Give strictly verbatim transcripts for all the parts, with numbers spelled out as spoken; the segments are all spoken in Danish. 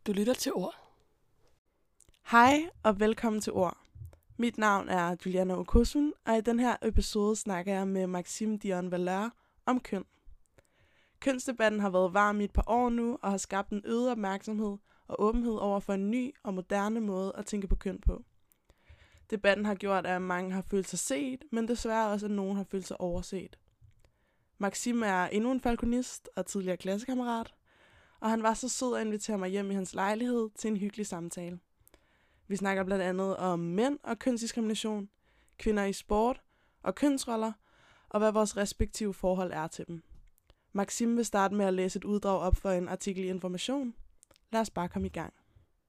Du lytter til Ord. Hej og velkommen til Ord. Mit navn er Juliana Okosun, og i den her episode snakker jeg med Maxime Dion Valeur om køn. Kønsdebatten har været varm i et par år nu, og har skabt en øget opmærksomhed og åbenhed over for en ny og moderne måde at tænke på køn på. Debatten har gjort, at mange har følt sig set, men desværre også, at nogen har følt sig overset. Maxime er endnu en falconist og tidligere klassekammerat, og han var så sød at invitere mig hjem i hans lejlighed til en hyggelig samtale. Vi snakker blandt andet om mænd og kønsdiskrimination, kvinder i sport og kønsroller, og hvad vores respektive forhold er til dem. Maxime vil starte med at læse et uddrag op for en artikel i Information. Lad os bare komme i gang.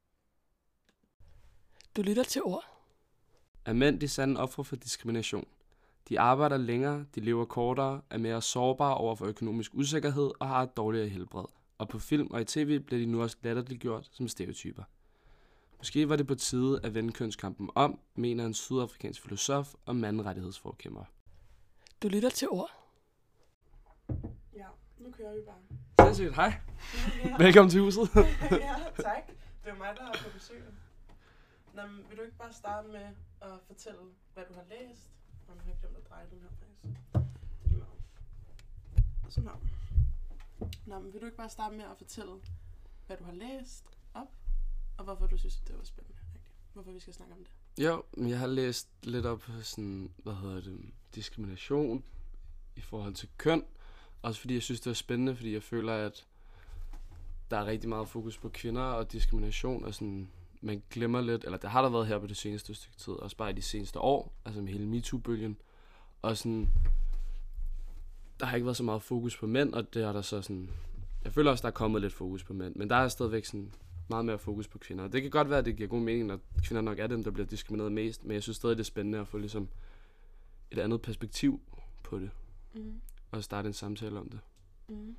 Du lytter til Ord. Er mænd de sande ofre for diskrimination? De arbejder længere, de lever kortere, er mere sårbare over for økonomisk usikkerhed og har et dårligere helbred. Og på film og i tv bliver de nu også latterliggjort som stereotyper. Måske var det på tide at vende kønskampen om, mener en sydafrikansk filosof og manderettighedsforkæmper. Du lytter til Ord. Ja, nu kører vi bare. Sindssygt, hej. Velkommen til huset. Ja, tak. Det er mig, der er på besøg. Nå, men vil du ikke bare starte med at fortælle, hvad du har læst? Nå, jeg har glemt at dreje den her faktisk. Det er lige meget. Sådan her. Nå, men vil du ikke bare starte med at fortælle, hvad du har læst op, og hvorfor du synes, det var spændende? Hvorfor vi skal snakke om det? Jo, jeg har læst lidt op på sådan, hvad hedder det, diskrimination i forhold til køn. Også fordi jeg synes, det er spændende, fordi jeg føler, at der er rigtig meget fokus på kvinder og diskrimination, og sådan, man glemmer lidt, eller det har der været her på det seneste stykke tid, også bare i de seneste år, altså med hele MeToo-bølgen, og sådan, der har ikke været så meget fokus på mænd, og det er der så sådan, jeg føler også, der er kommet lidt fokus på mænd, men der er stadigvæk sådan meget mere fokus på kvinder. Det kan godt være, at det giver god mening, at kvinder nok er dem, der bliver diskrimineret mest, men jeg synes stadig, det er spændende at få ligesom et andet perspektiv på det, Mm. og starte en samtale om det. Mm.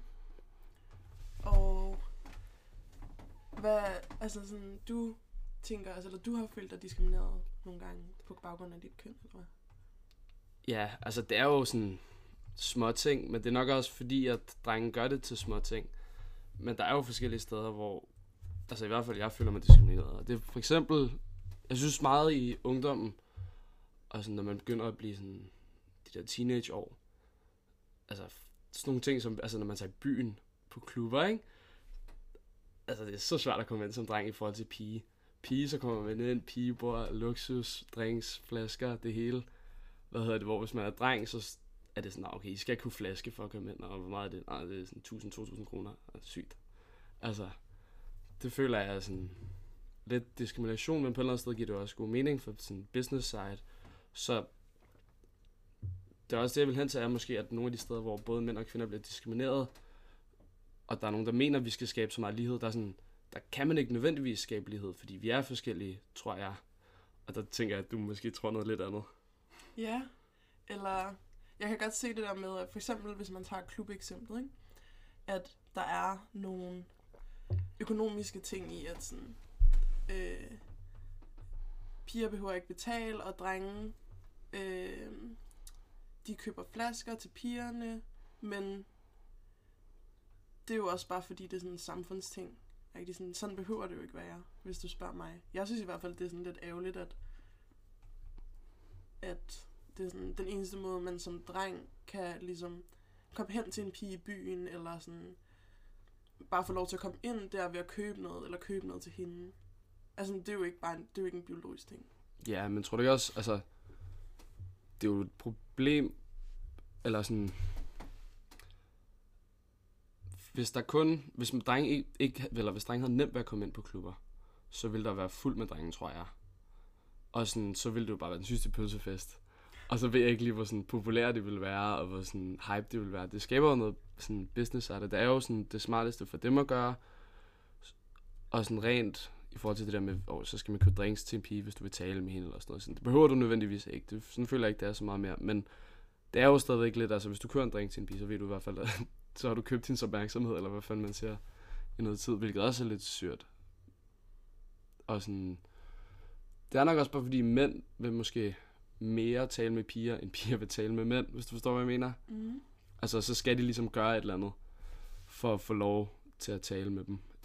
Og hvad, altså sådan, du tænker, altså, eller du har følt dig diskrimineret nogle gange på baggrund af dit køn, eller hvad? Ja, altså det er jo sådan små ting, men det er nok også fordi, at drengen gør det til små ting. Men der er jo forskellige steder, hvor, altså i hvert fald jeg føler mig diskrimineret. Og det er for eksempel, jeg synes meget i ungdommen, og sådan, når man begynder at blive sådan, de der teenageår, altså sådan nogle ting som, altså når man tager i byen på klubber, ikke? Altså det er så svært at komme ind som dreng i forhold til pige. Pige, så kommer man ind, pigebord, luksus, drinks, flasker, det hele. Hvad hedder det, hvor hvis man er dreng, så er det sådan, okay, I skal kunne flaske for at komme ind, og hvor meget er det? Nej, det er sådan tusind til to tusind kroner. Det er sygt. Altså, det føler jeg er sådan lidt diskrimination, men på et eller andet sted giver det også god mening for sådan business side. Så det er også det, jeg vil hen til, er måske, at nogle af de steder, hvor både mænd og kvinder bliver diskrimineret, og der er nogen, der mener, at vi skal skabe så meget lighed, der er sådan, der kan man ikke nødvendigvis skabe lighed, fordi vi er forskellige, tror jeg. Og der tænker jeg, at du måske tror noget lidt andet. Ja, eller jeg kan godt se det der med, at for eksempel hvis man tager klubeksemplet, ikke? At der er nogle økonomiske ting i, at sådan, øh, piger behøver ikke betale, og drenge, øh, de køber flasker til pigerne, men det er jo også bare fordi, det er sådan en samfundsting. Ikke? Sådan, sådan behøver det jo ikke være, hvis du spørger mig. Jeg synes i hvert fald, det er sådan lidt ærgerligt, at, at det er sådan den eneste måde, man som dreng kan ligesom komme hen til en pige i byen, eller sådan bare få lov til at komme ind der ved at købe noget, eller købe noget til hende. Altså, det er jo ikke bare en, det er jo ikke en biologisk ting. Ja, men tror du ikke også, altså, det er jo et problem, eller sådan, hvis der kun, hvis drenge ikke, ikke eller hvis drenge havde nemt ved at komme ind på klubber, så ville der være fuldt med drenge, tror jeg. Og sådan, så ville det jo bare være den sygeste pølsefest. Og så ved jeg ikke lige, hvor sådan populær det vil være, og hvor sådan hype det vil være. Det skaber jo noget sådan business af det. Det er jo sådan det smarteste for dem at gøre. Og sådan rent i forhold til det der med, oh, så skal man købe drinks til en pige, hvis du vil tale med hende eller sådan noget. Sådan, det behøver du nødvendigvis ikke. Det, sådan føler jeg ikke, det er så meget mere. Men det er jo stadigvæk lidt, altså hvis du køber en drink til en pige, så ved du i hvert fald, at så har du købt hendes opmærksomhed, eller hvad fanden man siger, i noget tid, hvilket også er lidt syrt. Og sådan, det er nok også bare fordi mænd vil måske mere tale med piger, end piger vil tale med mænd, hvis du forstår, hvad jeg mener. Mm. Altså, så skal de ligesom gøre et eller andet, for at få lov til at tale med dem, eller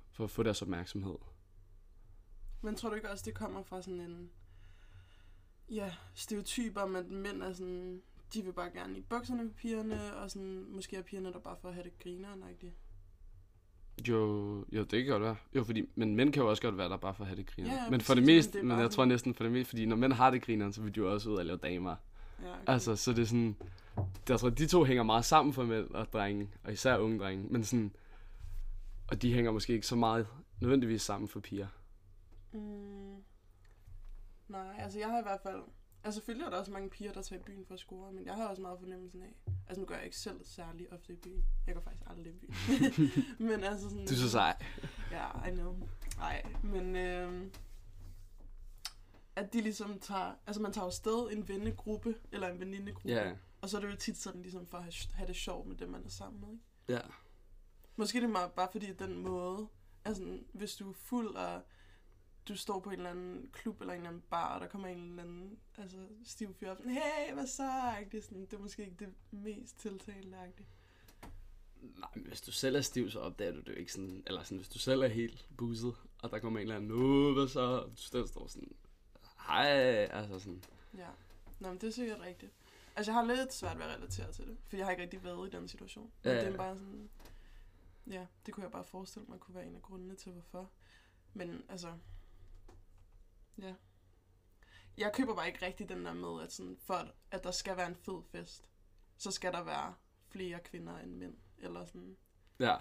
for at få deres opmærksomhed. Men tror du ikke også, det kommer fra sådan en, ja, stereotyp om, at mænd er sådan, de vil bare gerne i bukserne med pigerne, og sådan, måske er pigerne der bare for at have det grineren-agtigt? Jo, jo, det kan godt være. Jo, fordi, men mænd kan jo også godt være der bare for at have det grineren. Ja, ja, men for præcis, det meste, men det er men, bare jeg sådan- tror næsten for det meste, fordi når mænd har det grineren, så vil de jo også ud og lave damer. Ja, okay. Altså, så det er sådan, jeg tror, de to hænger meget sammen for mænd og drenge, og især unge drenge, men sådan, og de hænger måske ikke så meget nødvendigvis sammen for piger. Mm, nej, altså jeg har i hvert fald... Altså selvfølgelig er der også mange piger, der tager i byen for at score, men jeg har også meget fornemmelsen af... Altså nu gør jeg ikke selv særlig ofte i byen. Jeg går faktisk aldrig i byen. Men altså sådan... Du er så sej. Ja, I know. Nej, men... Øh, at de ligesom tager... Altså man tager jo sted en vennegruppe, eller en venindegruppe. Ja, Og så er det jo tit sådan ligesom for at have, have det sjovt med dem, man er sammen med, ikke? ja. Måske er det meget bare fordi, at den måde... Altså, hvis du er fuld, og du står på en eller anden klub eller en eller anden bar, og der kommer en eller anden altså, stiv fyr op, sådan, hey, hvad så? Det er, sådan, det er måske ikke det mest tiltalende-agtigt. Nej, men hvis du selv er stiv, så opdager du det jo ikke sådan, eller sådan, hvis du selv er helt buset, og der kommer en eller anden, nu, hvad så? Du selv står sådan, hej, altså sådan. Ja, nå, men det er sikkert rigtigt. Altså, jeg har lidt svært ved at relatere til det, for jeg har ikke rigtig været i den situation. Men Ja, det er ja. bare sådan, ja, det kunne jeg bare forestille mig kunne være en af grundene til, hvorfor. Men altså, ja. Jeg køber bare ikke rigtig den der med, at sådan, for at, at der skal være en fed fest, så skal der være flere kvinder end mænd, eller sådan. Ja.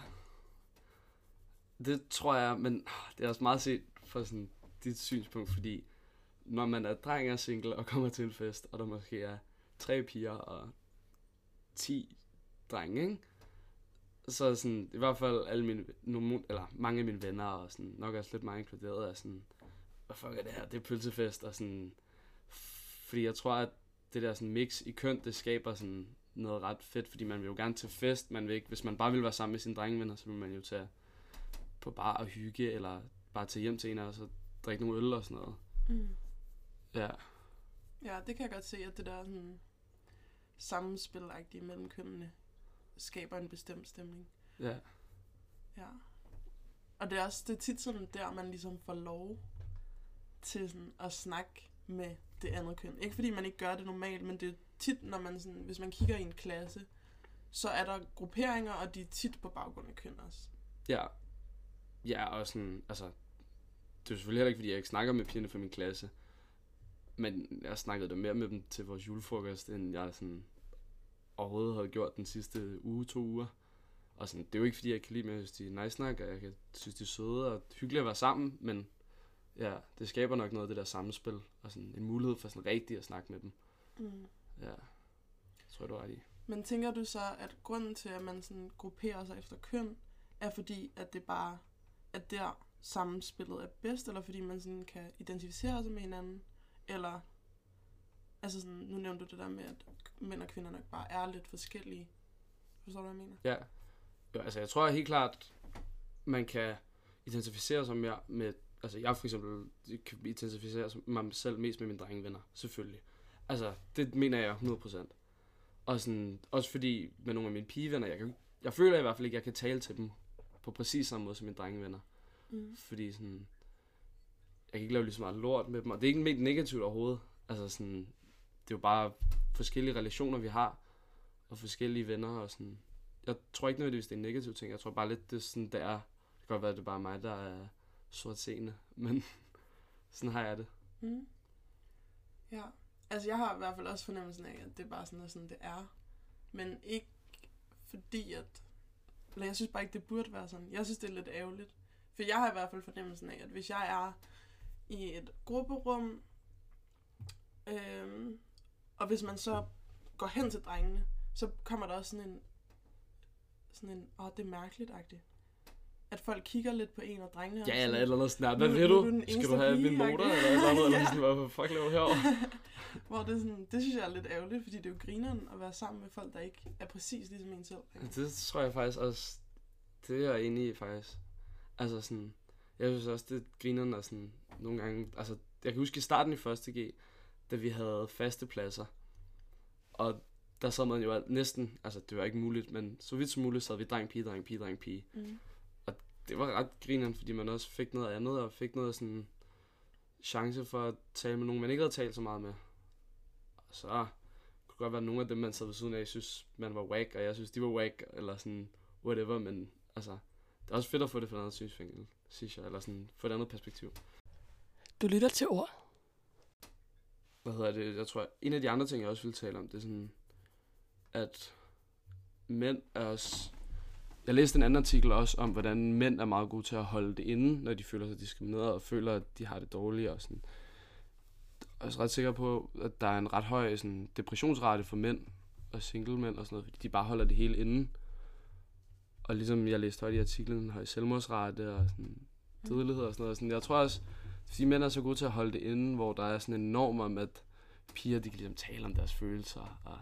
Det tror jeg, men det er også meget set fra sådan dit synspunkt, fordi når man er dreng og single og kommer til en fest, og der måske er tre piger og ti drenge, ikke? Så er sådan, i hvert fald alle mine, nogle, eller mange af mine venner, og sådan, nok også lidt meget inkluderet, er sådan, hvad fuck er det her, det er pølsefest, og sådan, fordi jeg tror, at det der sådan mix i køn, det skaber sådan noget ret fedt, fordi man vil jo gerne til fest, man vil ikke, hvis man bare vil være sammen med sine drengevenner, så vil man jo tage på bar og hygge, eller bare tage hjem til en og så drikke nogle øl og sådan noget. Mm. Ja, Ja, det kan jeg godt se, at det der sådan sammenspil-agtige mellem kønnene skaber en bestemt stemning. ja, Ja. Og det er også det er tit sådan der, man ligesom får lov til sådan at snakke med det andet køn. Ikke fordi man ikke gør det normalt, men det er tit, når man sådan, hvis man kigger i en klasse, så er der grupperinger, og de er tit på baggrund af køn også. ja. Ja, og sådan, altså, det er selvfølgelig heller ikke, fordi jeg ikke snakker med pigerne fra min klasse, men jeg snakkede da mere med dem til vores julefrokost, end jeg sådan overhovedet havde gjort den sidste uge, to uger. Og sådan, det er jo ikke, fordi jeg ikke kan lide dem, jeg synes, de er nice snak, og jeg kan, synes, de er søde og hyggeligt at være sammen, men ja, det skaber nok noget af det der samspil, og sådan en mulighed for sådan rigtigt at snakke med dem. Mm. Ja, det tror jeg, du er ret i. Men tænker du så, at grunden til, at man sådan grupperer sig efter køn, er fordi, at det bare er der samspillet er bedst, eller fordi man sådan kan identificere sig med hinanden, eller, altså sådan, nu nævnte du det der med, at mænd og kvinder nok bare er lidt forskellige. Forstår du, hvad jeg mener? Ja, jo, altså jeg tror helt klart, man kan identificere sig mere med, altså jeg for eksempel kan identificere mig selv mest med mine drengevenner, selvfølgelig. Altså, det mener jeg hundrede procent. Og sådan, også fordi med nogle af mine pigevenner, jeg, kan, jeg føler i hvert fald ikke, at jeg kan tale til dem på præcis samme måde som mine drengevenner. Mm. Fordi sådan, jeg kan ikke lave lige så meget lort med dem, og det er ikke mega negativt overhovedet. Altså sådan, det er jo bare forskellige relationer, vi har, og forskellige venner, og sådan. Jeg tror ikke nødvendigvis, det er en negativ ting. Jeg tror bare lidt, det er sådan, det er. Det kan godt være, det er bare mig, der er sortseende, men sådan har jeg det. Mm. Ja, altså jeg har i hvert fald også fornemmelsen af, at det er bare sådan, og sådan det er. Men ikke fordi, at... Eller jeg synes bare ikke, det burde være sådan. Jeg synes, det er lidt ærgerligt. For jeg har i hvert fald fornemmelsen af, at hvis jeg er i et grupperum, øhm, og hvis man så går hen til drengene, så kommer der også sådan en... Sådan en, åh, det er mærkeligt-agtigt. At folk kigger lidt på en, og drengene... Ja, er eller et sådan, eller andet snart. Hvad Nu- ved nu er du? du den Skal eneste du have pige, min motor, ikke? eller et eller andet? Eller Ja. sådan, hvad fuck laver du herovre? Hvor det er sådan, det synes jeg er lidt ærgerligt, fordi det er jo grineren at være sammen med folk, der ikke er præcis ligesom en selv. ikke? Det tror jeg faktisk også, det er jeg enig i faktisk. Altså sådan, jeg synes også, det griner, når sådan nogle gange, altså jeg kan huske i starten i første G, da vi havde faste pladser, og der sad man jo næsten, altså det var ikke muligt, men så vidt som muligt sad vi dreng, pige, dreng, pige, dreng, pige. Mm. Det det var ret grineren, fordi man også fik noget andet, og fik noget sådan chance for at tale med nogen, man ikke havde talt så meget med. Og så kunne det godt være nogle af dem, man sad ved siden af, synes, man var whack, og jeg synes, de var whack, eller sådan whatever, men altså, det er også fedt at få det fra et andet synsvinkel, synes jeg, eller sådan få et andet perspektiv. Du lytter til ord. Hvad hedder det? Jeg tror, en af de andre ting, jeg også vil tale om, det er sådan, at mænd er også... Jeg læste en anden artikel også om, hvordan mænd er meget gode til at holde det inde, når de føler sig diskrimineret og føler, at de har det dårligt. Og sådan. Jeg er også ret sikker på, at der er en ret høj sådan, depressionsrate for mænd og single mænd og sådan noget, fordi de bare holder det hele inde. Og ligesom jeg læste højt i artiklen, høj selvmordsrate og sådan, dødelighed og sådan noget. Sådan, jeg tror også, fordi mænd er så gode til at holde det inde, hvor der er sådan en norm om, at piger, de kan ligesom tale om deres følelser, og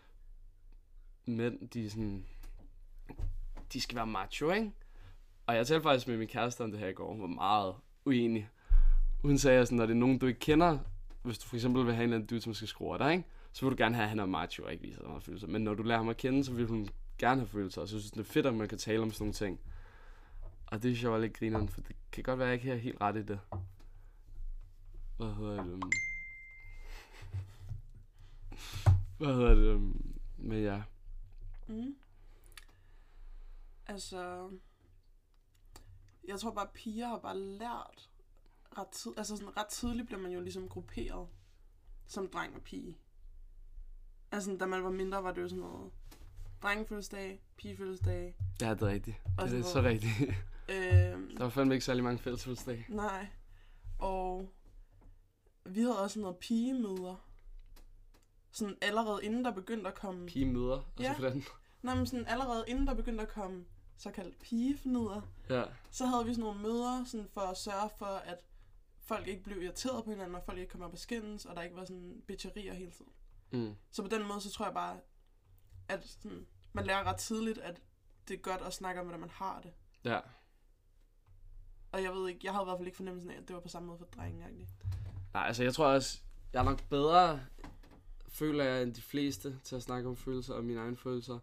mænd, de er sådan... de skal være macho, ikke? Og jeg talte faktisk med min kæreste om det her i går. Hun var meget uenig. Hun sagde sådan, når det er nogen, du ikke kender, hvis du for eksempel vil have en eller anden dude, som skal skrue dig, ikke? Så vil du gerne have, at han er macho og ikke viser dig følelser. Men når du lærer ham at kende, så vil hun gerne have følelser. Og så synes det er fedt, at man kan tale om sådan nogle ting. Og det synes jeg var lidt grineren, for det kan godt være, at jeg ikke har helt ret i det. Hvad hedder det? Hvad hedder det? Men ja. Mm. Altså, jeg tror bare, at piger har bare lært ret tid, altså sådan ret tidligt bliver man jo ligesom grupperet som dreng og pige. Altså, da man var mindre, var det jo sådan noget drengefødselsdag, pigefødselsdag. Ja, det er rigtigt. Og Det er sådan så noget. rigtigt. Øhm, Der var fandme ikke særlig mange fælles fødselsdage. nej. Og vi havde også sådan noget pigemøder. Sådan allerede inden der begyndte at komme... Pigemøder, altså Ja. hvordan? Nej, men sådan allerede inden der begyndte at komme såkaldt pigefnidder, Ja. så havde vi sådan nogle møder sådan for at sørge for, at folk ikke blev irriteret på hinanden, og folk ikke kom op og skændes, og der ikke var sådan bitcherier hele tiden. Mm. Så på den måde, så tror jeg bare, at sådan, man lærer ret tidligt, at det er godt at snakke om, hvordan man har det. Ja. Og jeg ved ikke, jeg havde i hvert fald ikke fornemmelsen af, at det var på samme måde for drenge. Nej, altså jeg tror også, jeg er nok bedre, føler jeg, end de fleste til at snakke om følelser og mine egne følelser.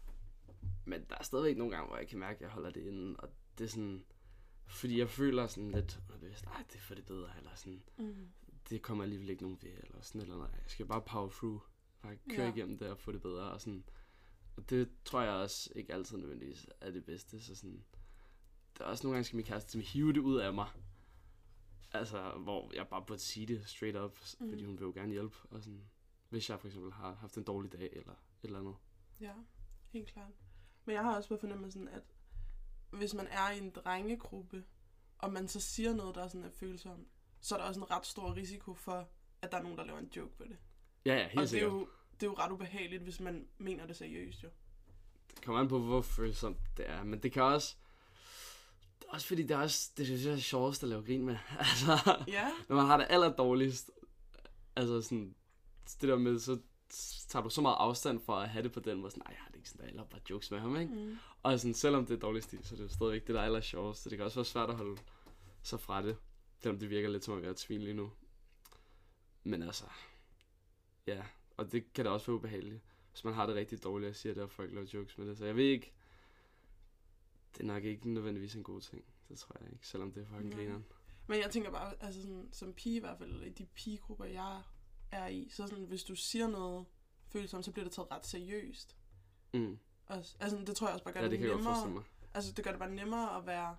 Men der er stadigvæk nogle gange, hvor jeg kan mærke, at jeg holder det inde, og det er sådan, fordi jeg føler sådan lidt, nej, det er for det bedre, eller sådan, Mm. det kommer alligevel ikke nogen ved, eller sådan, eller nej, jeg skal bare power through, bare køre Ja. igennem det og få det bedre, og sådan, og det tror jeg også ikke altid nødvendigvis er det bedste, så sådan, der er også nogle gange, skal min kæreste til at hive det ud af mig, altså, hvor jeg bare burde sige det straight up, mm. fordi hun vil jo gerne hjælpe, og sådan, hvis jeg for eksempel har haft en dårlig dag, eller et eller andet. Ja, helt klart. Men jeg har også på fornemmelsen, at hvis man er i en drengegruppe, og man så siger noget, der er sådan er følsomt, så er der også en ret stor risiko for, at der er nogen, der laver en joke på det. Ja, ja, helt og det er, sikkert. jo, det er jo ret ubehageligt, hvis man mener det seriøst, jo. Det kommer an på, hvor følsomt det er, men det kan også, også fordi det er også, det synes jeg er sjovest at lave grin med, altså, Ja. når man har det aller dårligst, altså sådan, det der med, så tager du så meget afstand for at have det på den måde, sådan, nej, jeg har det ikke sådan, der, jeg laver bare jokes med ham, ikke? Mm. Og sådan, selvom det er dårlig stil, så er det jo stadigvæk det, der er aller sjovest, så det kan også være svært at holde sig fra det, selvom det virker lidt som at være et svin lige nu. Men altså, ja, og det kan da også være ubehageligt, hvis man har det rigtig dårligt og siger det, og folk laver jokes med det, så jeg ved ikke, det er nok ikke nødvendigvis en god ting, det tror jeg ikke, selvom det er fucking grineren. Men jeg tænker bare, altså sådan, som pige i hvert fald, eller i de pigegrupper, jeg er i, så sådan, hvis du siger noget følsomt, så bliver det taget ret seriøst. Mm. Også, altså, det tror jeg også bare gør Ja, det det, kan jeg godt forestille nemmere. mig. Altså, det gør det bare nemmere at være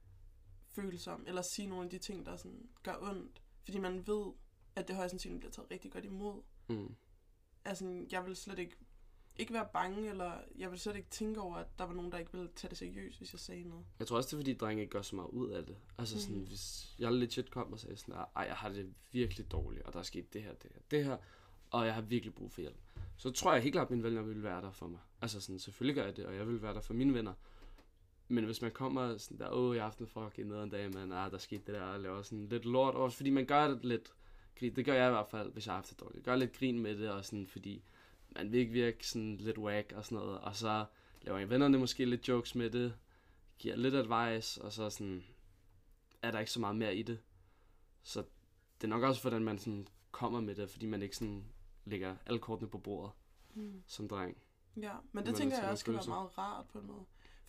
følsom, eller sige nogle af de ting, der sådan gør ondt. Fordi man ved, at det højst sandsynligt bliver taget rigtig godt imod. Mm. Altså, jeg vil slet ikke, ikke være bange, eller jeg vil slet ikke tænke over, at der var nogen, der ikke ville tage det seriøst, hvis jeg sagde noget. Jeg tror også, det er fordi, drenge ikke gør så meget ud af det. Altså sådan, Mhm. hvis jeg legit kom og sagde sådan, ej, jeg har det virkelig dårligt, og der er sket det her, det her, det her, og jeg har virkelig brug for hjælp. Så tror jeg helt klart, at mine venner vil være der for mig. Altså sådan, selvfølgelig gør jeg det, og jeg vil være der for mine venner. Men hvis man kommer sådan der, åh, jeg har haft en fucking nederen dag, man, ah, der skete det der, og laver sådan lidt lort, også fordi man gør det lidt grin. Det gør jeg i hvert fald, hvis jeg har haft det dårligt. Jeg gør lidt grin med det, og sådan, fordi man vil ikke virke sådan lidt whack og sådan noget, og så laver jeg vennerne måske lidt jokes med det, giver lidt advice, og så sådan, er der ikke så meget mere i det. Så det er nok også, hvordan man sådan kommer med det, fordi man ikke sådan lægger alle kortene på bordet Mm. som dreng. Ja, men Man det er tænker nødt til jeg at også skal være følelser. meget rart på en måde. For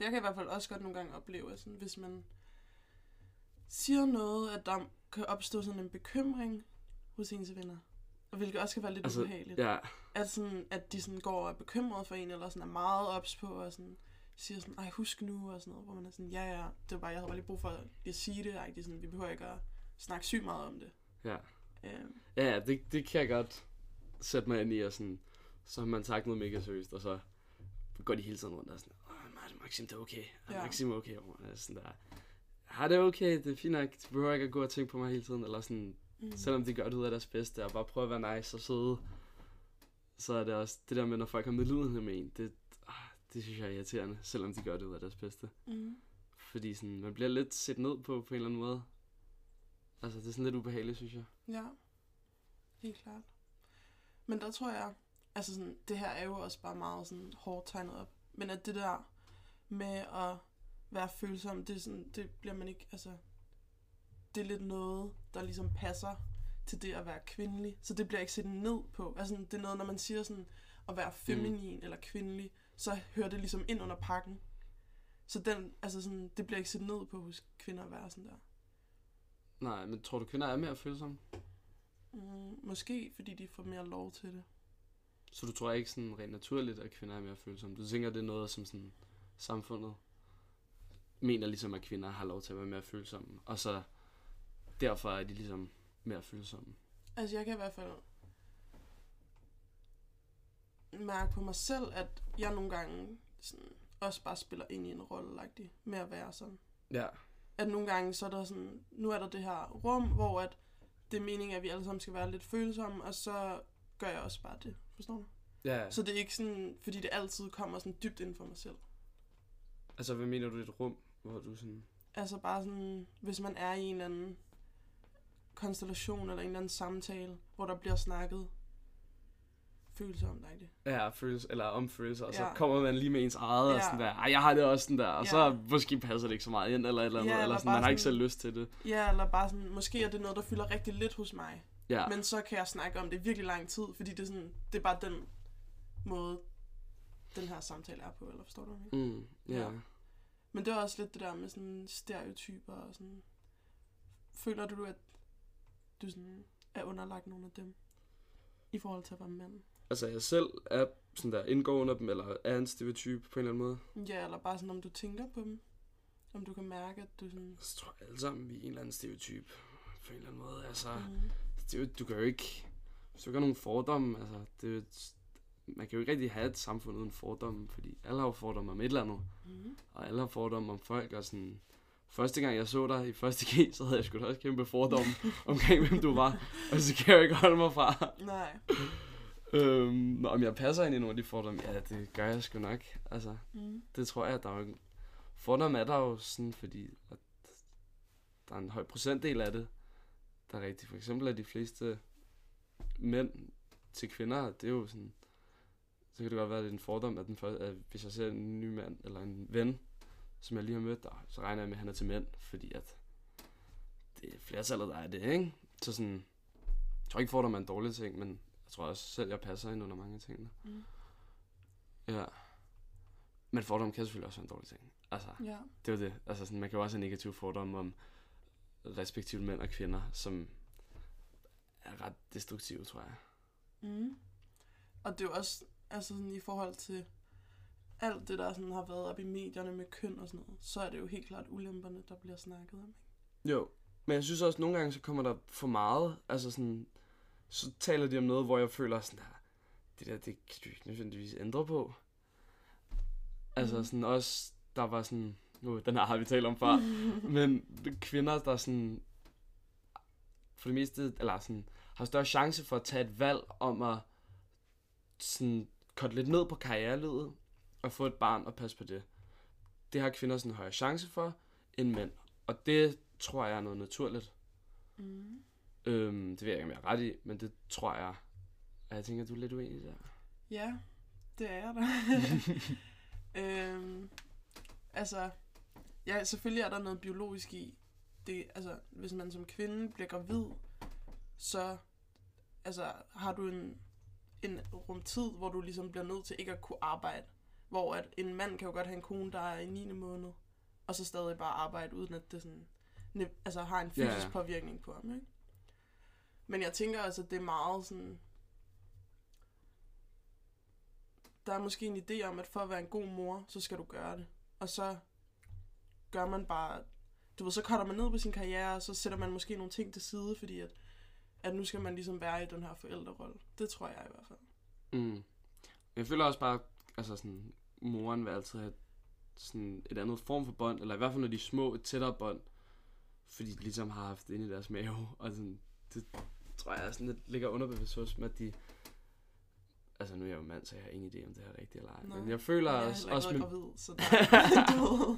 For jeg kan i hvert fald også godt nogle gange opleve, at sådan, hvis man siger noget, at der kan opstå sådan en bekymring hos ens venner. Og hvilket også kan være lidt altså, ubehageligt. Ja. At, sådan, at de sådan går og er bekymrede for en, eller sådan er meget ops på, og sådan siger sådan, ej, husk nu, og sådan noget, hvor man er sådan, ja, ja, det var bare, jeg havde bare lige brug for at, at sige det, ikke? Sådan, vi behøver ikke at snakke sygt meget om det. Ja. Øhm. Ja, det, det kan jeg godt sætte mig ind i, og sådan, så har man sagt noget mega seriøst, og så går de hele tiden rundt og sådan, åh, Maxim, det er okay, ja. Maxim er okay, og sådan der, ja, det er okay, det er fint nok, de behøver ikke at gå og tænke på mig hele tiden, eller sådan, mm. selvom de gør det ud af deres bedste, og bare prøve at være nice og søde, så er det også det der med, når folk har medlidenhed med en, det, det synes jeg er irriterende, selvom de gør det ud af deres bedste. Mm. Fordi sådan, man bliver lidt set ned på, på en eller anden måde. Altså, det er sådan lidt ubehageligt, synes jeg. Ja, helt klart. Men der tror jeg, altså sådan, det her er jo også bare meget sådan hårdt tegnet op. Men at det der med at være følsom, det, er sådan, det bliver man ikke, altså, det er lidt noget, der ligesom passer til det at være kvindelig. Så det bliver ikke set ned på. Altså, det er noget, når man siger sådan, at være feminin mm. eller kvindelig, så hører det ligesom ind under pakken. Så den, altså sådan, det bliver ikke set ned på hos kvinder at være sådan der. Nej, men tror du, kvinder er mere følsomme? Mm, måske, fordi de får mere lov til det. Så du tror ikke sådan rent naturligt, at kvinder er mere følsomme? Du tænker, det er noget, som sådan samfundet mener ligesom, at kvinder har lov til at være mere følsomme, og så derfor er de ligesom mere følsomme? Altså, jeg kan i hvert fald mærke på mig selv, at jeg nogle gange sådan, også bare spiller ind i en rolle med at være sådan. Ja. At nogle gange, så er der sådan, nu er der det her rum, hvor at det er meningen, at vi alle sammen skal være lidt følsomme, og så gør jeg også bare det. Forstår du? Ja. Så det er ikke sådan, fordi det altid kommer sådan dybt ind for mig selv. Altså, hvad mener du, et rum, hvor du sådan... Altså bare sådan, hvis man er i en eller anden konstellation, eller en eller anden samtale, hvor der bliver snakket følelser om dig. Ja, følelser, eller om følelser, og så ja. kommer man lige med ens eget, ja. og sådan der, ej, jeg har det også sådan der, og ja. så måske passer det ikke så meget ind, eller et eller andet, ja, eller, eller sådan, man har sådan, ikke selv lyst til det. Ja, eller bare sådan, måske er det noget, der fylder rigtig lidt hos mig, ja. men så kan jeg snakke om det virkelig lang tid, fordi det er sådan, det er bare den måde, den her samtale er på, eller forstår du mig? Mm, yeah. Ja. Men det er også lidt det der med sådan stereotyper, og sådan, føler du, at du sådan er underlagt nogle af dem, i forhold til at være mand? Altså, jeg selv er sådan der, indgår under dem, eller er en stereotype på en eller anden måde. Ja, eller bare sådan, om du tænker på dem. Om du kan mærke, at du sådan... Jeg tror alle sammen, vi er en eller anden stereotype, på en eller anden måde. Altså, mm. det, du kan jo ikke... Hvis du ikke har nogen fordomme, altså, det, man kan jo ikke rigtig have et samfund uden fordomme, fordi alle har jo fordomme om et eller andet. Mm. Og alle har fordomme om folk, og sådan... Første gang jeg så dig i første G, så havde jeg sgu da også kæmpe fordomme omkring, hvem du var. Og så kan jeg jo ikke holde mig fra. Nej. Øhm, om jeg passer ind i nogle af de fordomme, ja, det gør jeg sgu nok. Altså, mm. det tror jeg, der er jo... Fordomme er der jo sådan, fordi at der er en høj procentdel af det, der er rigtigt. For eksempel er de fleste mænd til kvinder, det er jo sådan... Så kan det godt være, at det er en fordom, at, den første, at hvis jeg ser en ny mand, eller en ven, som jeg lige har mødt, der, så regner jeg med, at han er til mænd, fordi at det er flertallet, der er det, ikke? Så sådan, jeg tror ikke, fordomme er en dårlig ting, men jeg tror også selv, jeg passer ind under mange ting. Mm. Ja. Men fordomme kan selvfølgelig også være en dårlig ting. Altså, ja. Det er jo det. Altså, sådan, man kan jo også have negative fordomme om respektive mænd og kvinder, som er ret destruktive, tror jeg. Mm. Og det er jo også, altså sådan i forhold til alt det, der sådan har været op i medierne med køn og sådan noget, så er det jo helt klart ulemperne, der bliver snakket om, ikke? Jo, men jeg synes også, at nogle gange, så kommer der for meget, altså sådan, så taler de om noget, hvor jeg føler sådan der, det der, det kan du ikke nødvendigvis ændre på. Altså mm. sådan også, der var sådan, nu, den her har vi talt om før, men kvinder, der sådan, for det meste, eller sådan, har større chance for at tage et valg om at sådan, korte lidt ned på karrierelivet, og få et barn og passe på det. Det har kvinder sådan en højere chance for, end mænd. Og det tror jeg er noget naturligt. Mm. Øhm, det ved jeg ikke, om jeg er ret i, men det tror jeg, og jeg tænker, du er lidt uenig der. Ja, det er jeg da. øhm, altså, ja, selvfølgelig er der noget biologisk i det. Altså, hvis man som kvinde bliver gravid, så altså, har du en, en rumtid, hvor du ligesom bliver nødt til ikke at kunne arbejde. Hvor at en mand kan jo godt have en kone, der er i niende måned, og så stadig bare arbejde, uden at det sådan, altså har en fysisk Ja. yeah. påvirkning på ham, ikke? Men jeg tænker altså, at det er meget sådan... Der er måske en idé om, at for at være en god mor, så skal du gøre det. Og så gør man bare... Du ved, så cutter man ned på sin karriere, og så sætter man måske nogle ting til side, fordi at, at nu skal man ligesom være i den her forældrerolle. Det tror jeg i hvert fald. Mm. Jeg føler også bare, altså sådan, moren vil altid have sådan et andet form for bånd, eller i hvert fald når de er små, et tættere bånd, fordi de ligesom har haft det inde i deres mave, og sådan, det tror jeg sådan lidt ligger underbevidst hos dem, at de, altså nu er jeg jo mand, så jeg har ingen idé om det her rigtigt eller ej, men jeg føler jeg også... Jeg også er med... gravid, så der er du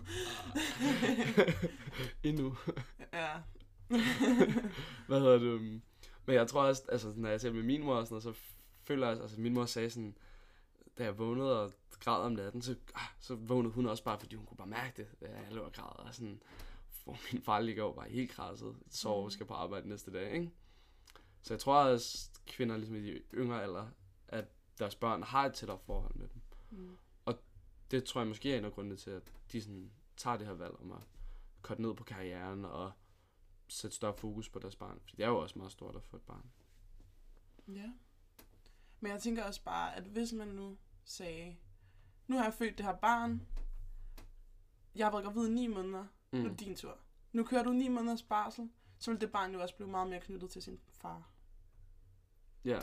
Endnu. Ja. Hvad hedder det? Men jeg tror også, altså når jeg ser med min mor og sådan noget, så føler jeg, altså min mor sagde sådan, da jeg vågnede og græd om natten, så, ah, så vågnede hun også bare, fordi hun kunne bare mærke det, da jeg lå og græd, og sådan, hvor min far ligger over bare helt kradset, sover og skal på arbejde næste dag, ikke? Så jeg tror også, kvinder ligesom i de yngre alder, at deres børn har et tættere forhold med dem. Mm. Og det tror jeg måske er en af grundene til, at de sådan tager det her valg om at korte ned på karrieren og sætte større fokus på deres barn. Fordi det er jo også meget stort at få et barn. Ja. Men jeg tænker også bare, at hvis man nu sagde, nu har jeg født det her barn, jeg har været gravid i ni måneder, mm. nu er det din tur. Nu kører du ni måneders barsel, så vil det barn jo også blive meget mere knyttet til sin far. Ja.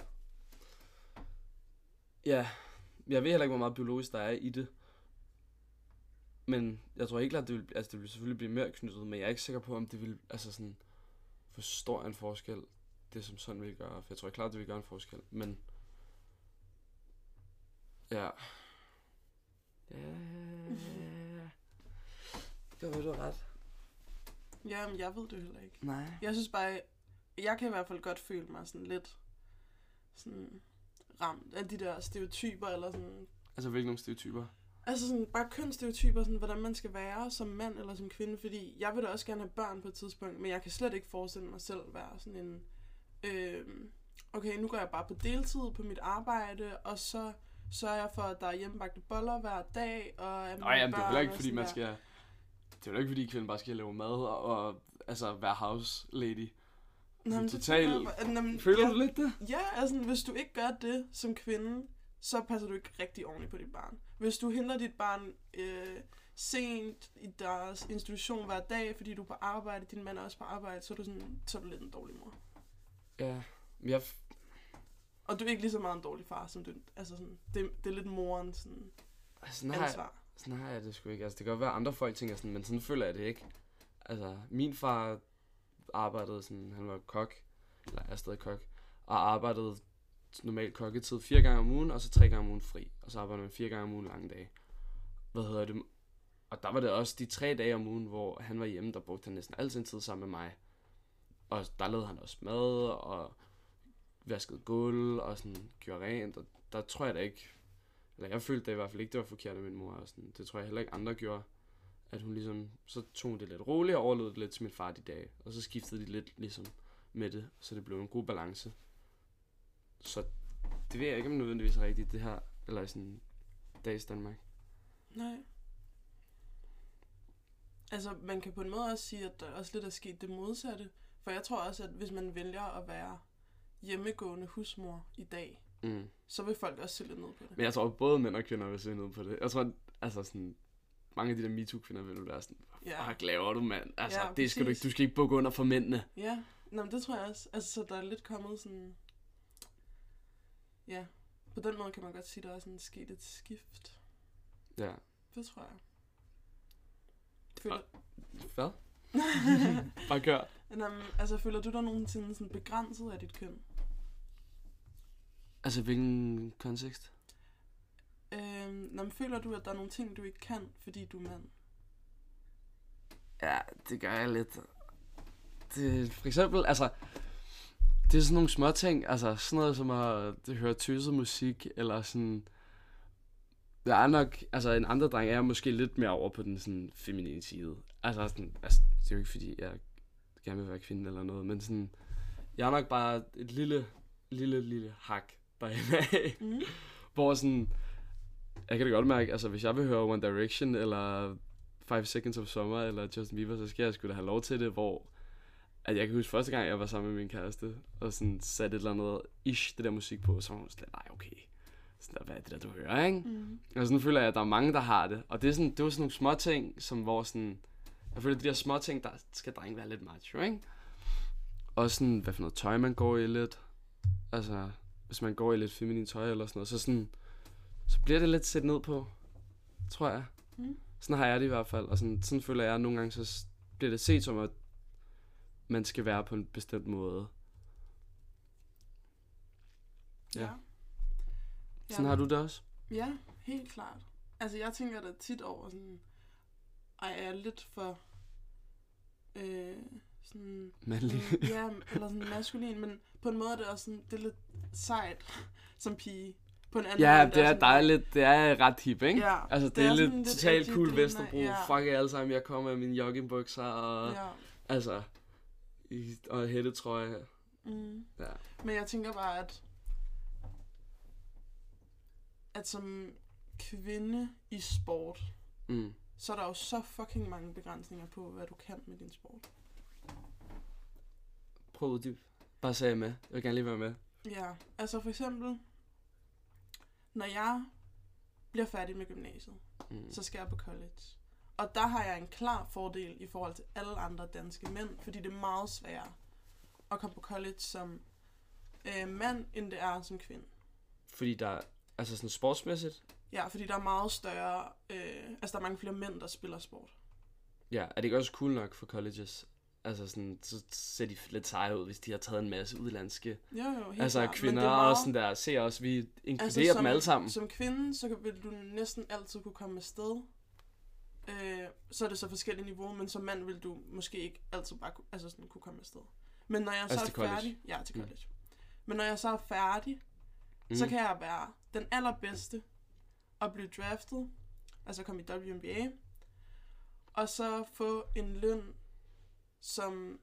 Ja, jeg ved heller ikke, hvor meget biologisk der er i det. Men jeg tror ikke, at det vil, altså det vil selvfølgelig blive mere knyttet, men jeg er ikke sikker på, om det vil, altså sådan, for stor en forskel, det som sådan vil gøre. For jeg tror ikke klart, det vil gøre en forskel, men ja. Ja. Det var du ret. Jamen, jeg ved det heller ikke. Nej. Jeg synes bare, jeg kan i hvert fald godt føle mig sådan lidt sådan ramt af de der stereotyper, eller sådan... Altså, hvilke nogle stereotyper? Altså sådan bare kønsstereotyper, sådan hvordan man skal være som mand eller som kvinde, fordi jeg vil da også gerne have børn på et tidspunkt, men jeg kan slet ikke forestille mig selv være sådan en, øh, okay, nu går jeg bare på deltid på mit arbejde, og så sørger jeg for, at der er hjemmebagte boller hver dag, og at Nej, jamen, det er jo ikke, fordi sådan man der. skal... Det er jo ikke, fordi kvinden bare skal lave mad og, og altså være house lady. Nå, men Total... det, jeg, nå, men, Føler ja, du lidt det? Ja, altså hvis du ikke gør det som kvinde, så passer du ikke rigtig ordentligt på dit barn. Hvis du henter dit barn øh, sent i deres institution hver dag, fordi du er på arbejde, din mand er også på arbejde, så er du, sådan, så er du lidt en dårlig mor. Ja, jeg... Og du er ikke lige så meget en dårlig far, som du... Altså sådan, det, det er lidt morens sådan, Altså, sådan, har ansvar. jeg, sådan har jeg det sgu ikke. Altså, det kan godt være, at andre folk tænker sådan, men sådan føler jeg det ikke. Altså, min far arbejdede sådan, han var kok, eller er stadig kok, og arbejdede normalt kokketid fire gange om ugen, og så tre gange om ugen fri. Og så arbejdede man fire gange om ugen lange dage. Hvad hedder det? Og der var det også de tre dage om ugen, hvor han var hjemme, der brugte han næsten al sin tid sammen med mig. Og der lavede han også mad, og vaskede gulv, og sådan gjorde rent, og der tror jeg da ikke, eller jeg følte det i hvert fald ikke, det var forkert af min mor, og sådan, det tror jeg heller ikke andre gjorde, at hun ligesom, så tog hun det lidt roligt, og overlod det lidt til min far de dage, og så skiftede de lidt ligesom med det, så det blev en god balance. Så det ved jeg ikke, om nødvendigvis er rigtigt, det her, eller sådan dags Danmark. Nej. Altså, man kan på en måde også sige, at der også lidt er sket det modsatte. For jeg tror også, at hvis man vælger at være hjemmegående husmor i dag, Mm. så vil folk også se lidt ned på det. Men jeg tror, at både mænd og kvinder vil se ned på det. Jeg tror, at, altså sådan, mange af de der MeToo-kvinder vil være sådan, Ja. fuck laver du, mand? Altså, Ja, det skal du præcis. ikke, du skal ikke bukke under for mændene. Ja, nå, men det tror jeg også. Altså, så der er lidt kommet sådan... Ja, på den måde kan man godt sige, at der er sådan sket et skift. Ja. Det tror jeg. Føler... Hvad? Bare kør. Nå, men, altså, føler du dig nogensinde sådan begrænset af dit køn? Altså, hvilken kontekst? Øhm, nå, men, føler du, at der er nogle ting, du ikke kan, fordi du er mand? Ja, det gør jeg lidt. Det, for eksempel, altså, det er sådan nogle små ting, altså sådan noget som at det høre tøset musik, eller sådan, jeg er nok, altså en andre dreng er måske lidt mere over på den sådan feminine side. Altså sådan, altså, det er jo ikke fordi, jeg gerne vil være kvinde eller noget, men sådan, jeg er nok bare et lille, lille, lille hak derinde af, Mm. hvor sådan, jeg kan da godt mærke, altså hvis jeg vil høre One Direction, eller Five Seconds of Summer, eller Justin Bieber, så skal jeg sgu da have lov til det, hvor at jeg kan huske første gang, jeg var sammen med min kæreste, og sådan satte et eller andet ish, det der musik på, så var hun sådan, nej, okay. Sådan der, hvad er det der, du hører, ikke? Mm. Og sådan føler jeg, at der er mange, der har det. Og det er sådan, det var sådan nogle små ting, som hvor sådan, jeg føler, at de der små ting, der skal drenge være lidt macho, ikke? Og sådan, hvad for noget tøj man går i lidt. Altså, hvis man går i lidt feminin tøj eller sådan noget, så sådan, så bliver det lidt set ned på, tror jeg. Mm. Sådan har jeg det i hvert fald. Og sådan, sådan føler jeg, at nogle gange så bliver det set som, at man skal være på en bestemt måde. Ja. ja. Sådan ja. Har du det også? Ja, helt klart. Altså, jeg tænker da tit over sådan, ej, er jeg lidt for øh, sådan... mandlig. Sådan, ja, eller sådan maskulin, men på en måde er det også sådan, det er lidt sejt som pige. På en anden ja, måde, det er, er dejligt. Det er ret hip, ikke? Ja, altså, det, det er, er lidt totalt cool Vesterbro. Ja. Fuck jer alle sammen, jeg kommer med mine joggingbukser og... Ja. Altså, i, og hættetrøje. Mm. Ja. Men jeg tænker bare, at at som kvinde i sport, mm. så er der jo så fucking mange begrænsninger på, hvad du kan med din sport. Prøv uddyb. Bare sagde med. Jeg vil gerne lige være med. Ja, altså for eksempel, når jeg bliver færdig med gymnasiet, mm. så skal jeg på college. Og der har jeg en klar fordel i forhold til alle andre danske mænd, fordi det er meget sværere at komme på college som øh, mand, end det er som kvinde. Fordi der altså sådan sportsmæssigt? Ja, fordi der er meget større, øh, altså der er mange flere mænd, der spiller sport. Ja, er det ikke også cool nok for colleges? Altså sådan, så ser de lidt seje ud, hvis de har taget en masse udlandske. Jo, jo, helt altså klar. Kvinder meget... og sådan der, ser også, vi inkluderer altså, som, dem alle sammen. Som kvinde, så vil du næsten altid kunne komme afsted. Øh, så er det så forskellige niveauer, men som mand vil du måske ikke altid bare kunne, altså sådan, kunne komme afsted. Men når jeg altså så er færdig... Ja, til college. Mm. Men når jeg så er færdig, mm. så kan jeg være den allerbedste og blive draftet, altså komme i W N B A, og så få en løn, som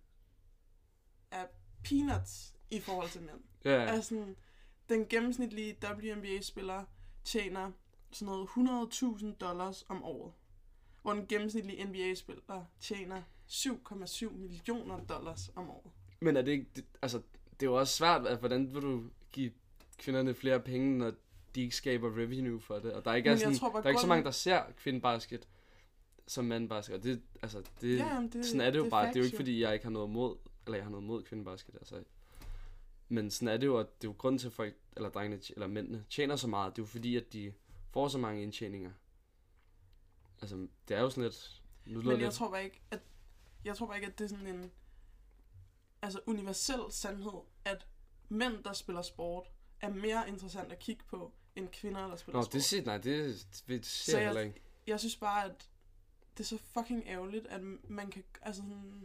er peanuts i forhold til mænd. Yeah. Altså, den gennemsnitlige W N B A-spiller tjener sådan noget hundrede tusind dollars om året, hvor den gennemsnitlige N B A-spiller tjener syv komma syv millioner dollars om året. Men er det ikke, det, altså, det er jo også svært, at hvordan vil du give kvinderne flere penge, når de ikke skaber revenue for det, og der er ikke, er sådan, tror, der er ikke så mange, der ser kvindebasket som mandbasket, og det, altså, det, ja, det sådan er det jo det bare, det er jo ikke fordi, jeg ikke har noget mod, eller jeg har noget mod kvindebasket, altså, men sådan er det jo, at det er jo grunden til, at folk, eller drengene, eller mændene, tjener så meget, det er jo fordi, at de får så mange indtjeninger. Altså, det er jo sådan lidt... Men jeg lidt... tror bare ikke, at jeg tror bare ikke, at det er sådan en altså universel sandhed, at mænd, der spiller sport, er mere interessant at kigge på, end kvinder, der spiller Nå, sport. det siger, nej, det, det ser jeg heller ikke. Jeg synes bare, at det er så fucking ærgerligt, at man kan, altså sådan,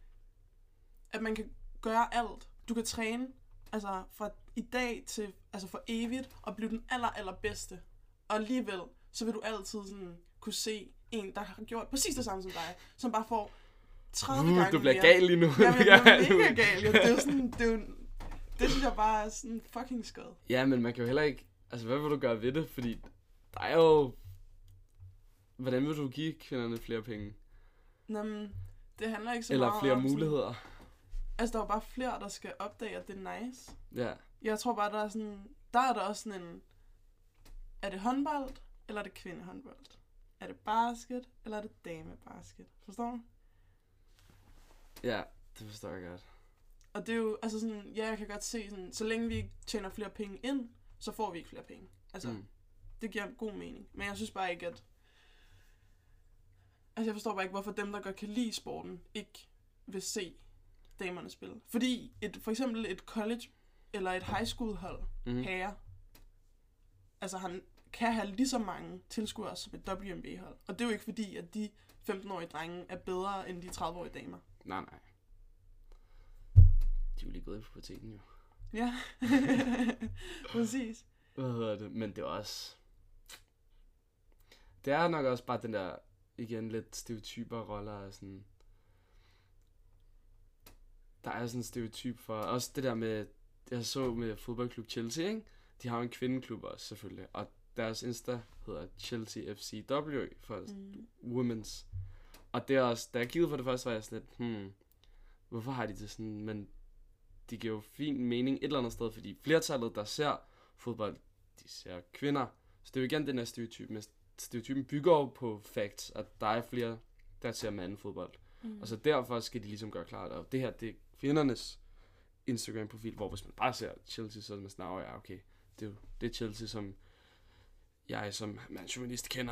at man kan gøre alt. Du kan træne, altså fra i dag til, altså for evigt, og blive den aller, allerbedste. Og alligevel, så vil du altid sådan kunne se en, der har gjort præcis det samme som dig, som bare får tredive uh, gange du bliver mere. gal lige nu. Ja, men jeg bliver mega gal. Jo. Det er jo sådan, det er jo, det synes jeg bare er sådan fucking skød. Ja, men man kan jo heller ikke, altså hvad vil du gøre ved det? Fordi der er jo, hvordan vil du give kvinderne flere penge? Nå, men det handler ikke så Eller meget flere om muligheder. Sådan, altså der er bare flere, der skal opdage, at det er nice. Ja. Jeg tror bare, der er sådan, der er der også sådan en, er det håndbold, eller er det kvindehåndbold? Er det basket, eller er det damebasket? Forstår du? Ja, det forstår jeg godt. Og det er jo, altså sådan, ja, jeg kan godt se sådan, så længe vi ikke tjener flere penge ind, så får vi ikke flere penge. Altså, mm. det giver god mening. Men jeg synes bare ikke, at, altså jeg forstår bare ikke, hvorfor dem, der godt kan lide sporten, ikke vil se damerne spille. Fordi et, for eksempel et college, eller et high school hold, mm. herre, altså han kan have lige så mange tilskuere som et W N B A-hold. Og det er jo ikke fordi, at de femten-årige drenge er bedre end de tredive-årige damer. Nej, nej. De er jo lige gået i puberteten, jo. Ja, præcis. Hvad hedder det? Men det er også... Det er nok også bare den der, igen, lidt stereotyper roller af sådan... Der er sådan en stereotyp for... Også det der med... Jeg så med fodboldklub Chelsea, ikke? De har jo en kvindeklub også, selvfølgelig. Og deres Insta hedder Chelsea F C W for Mm. Women's. Og det er også, da jeg kiggede på det første, var jeg sådan lidt, hmm, hvorfor har de det sådan? Men de giver jo fin mening et eller andet sted, fordi flertallet, der ser fodbold, de ser kvinder. Så det er jo igen den her stereotyp, men stereotypen bygger jo på facts, at der er flere, der ser mandefodbold. Mm. Og så derfor skal de ligesom gøre klart, at det her, det er kvindernes Instagram-profil, hvor hvis man bare ser Chelsea, så er man sådan, ja, okay, det er jo det er Chelsea, som jeg som mandsjournalist kender.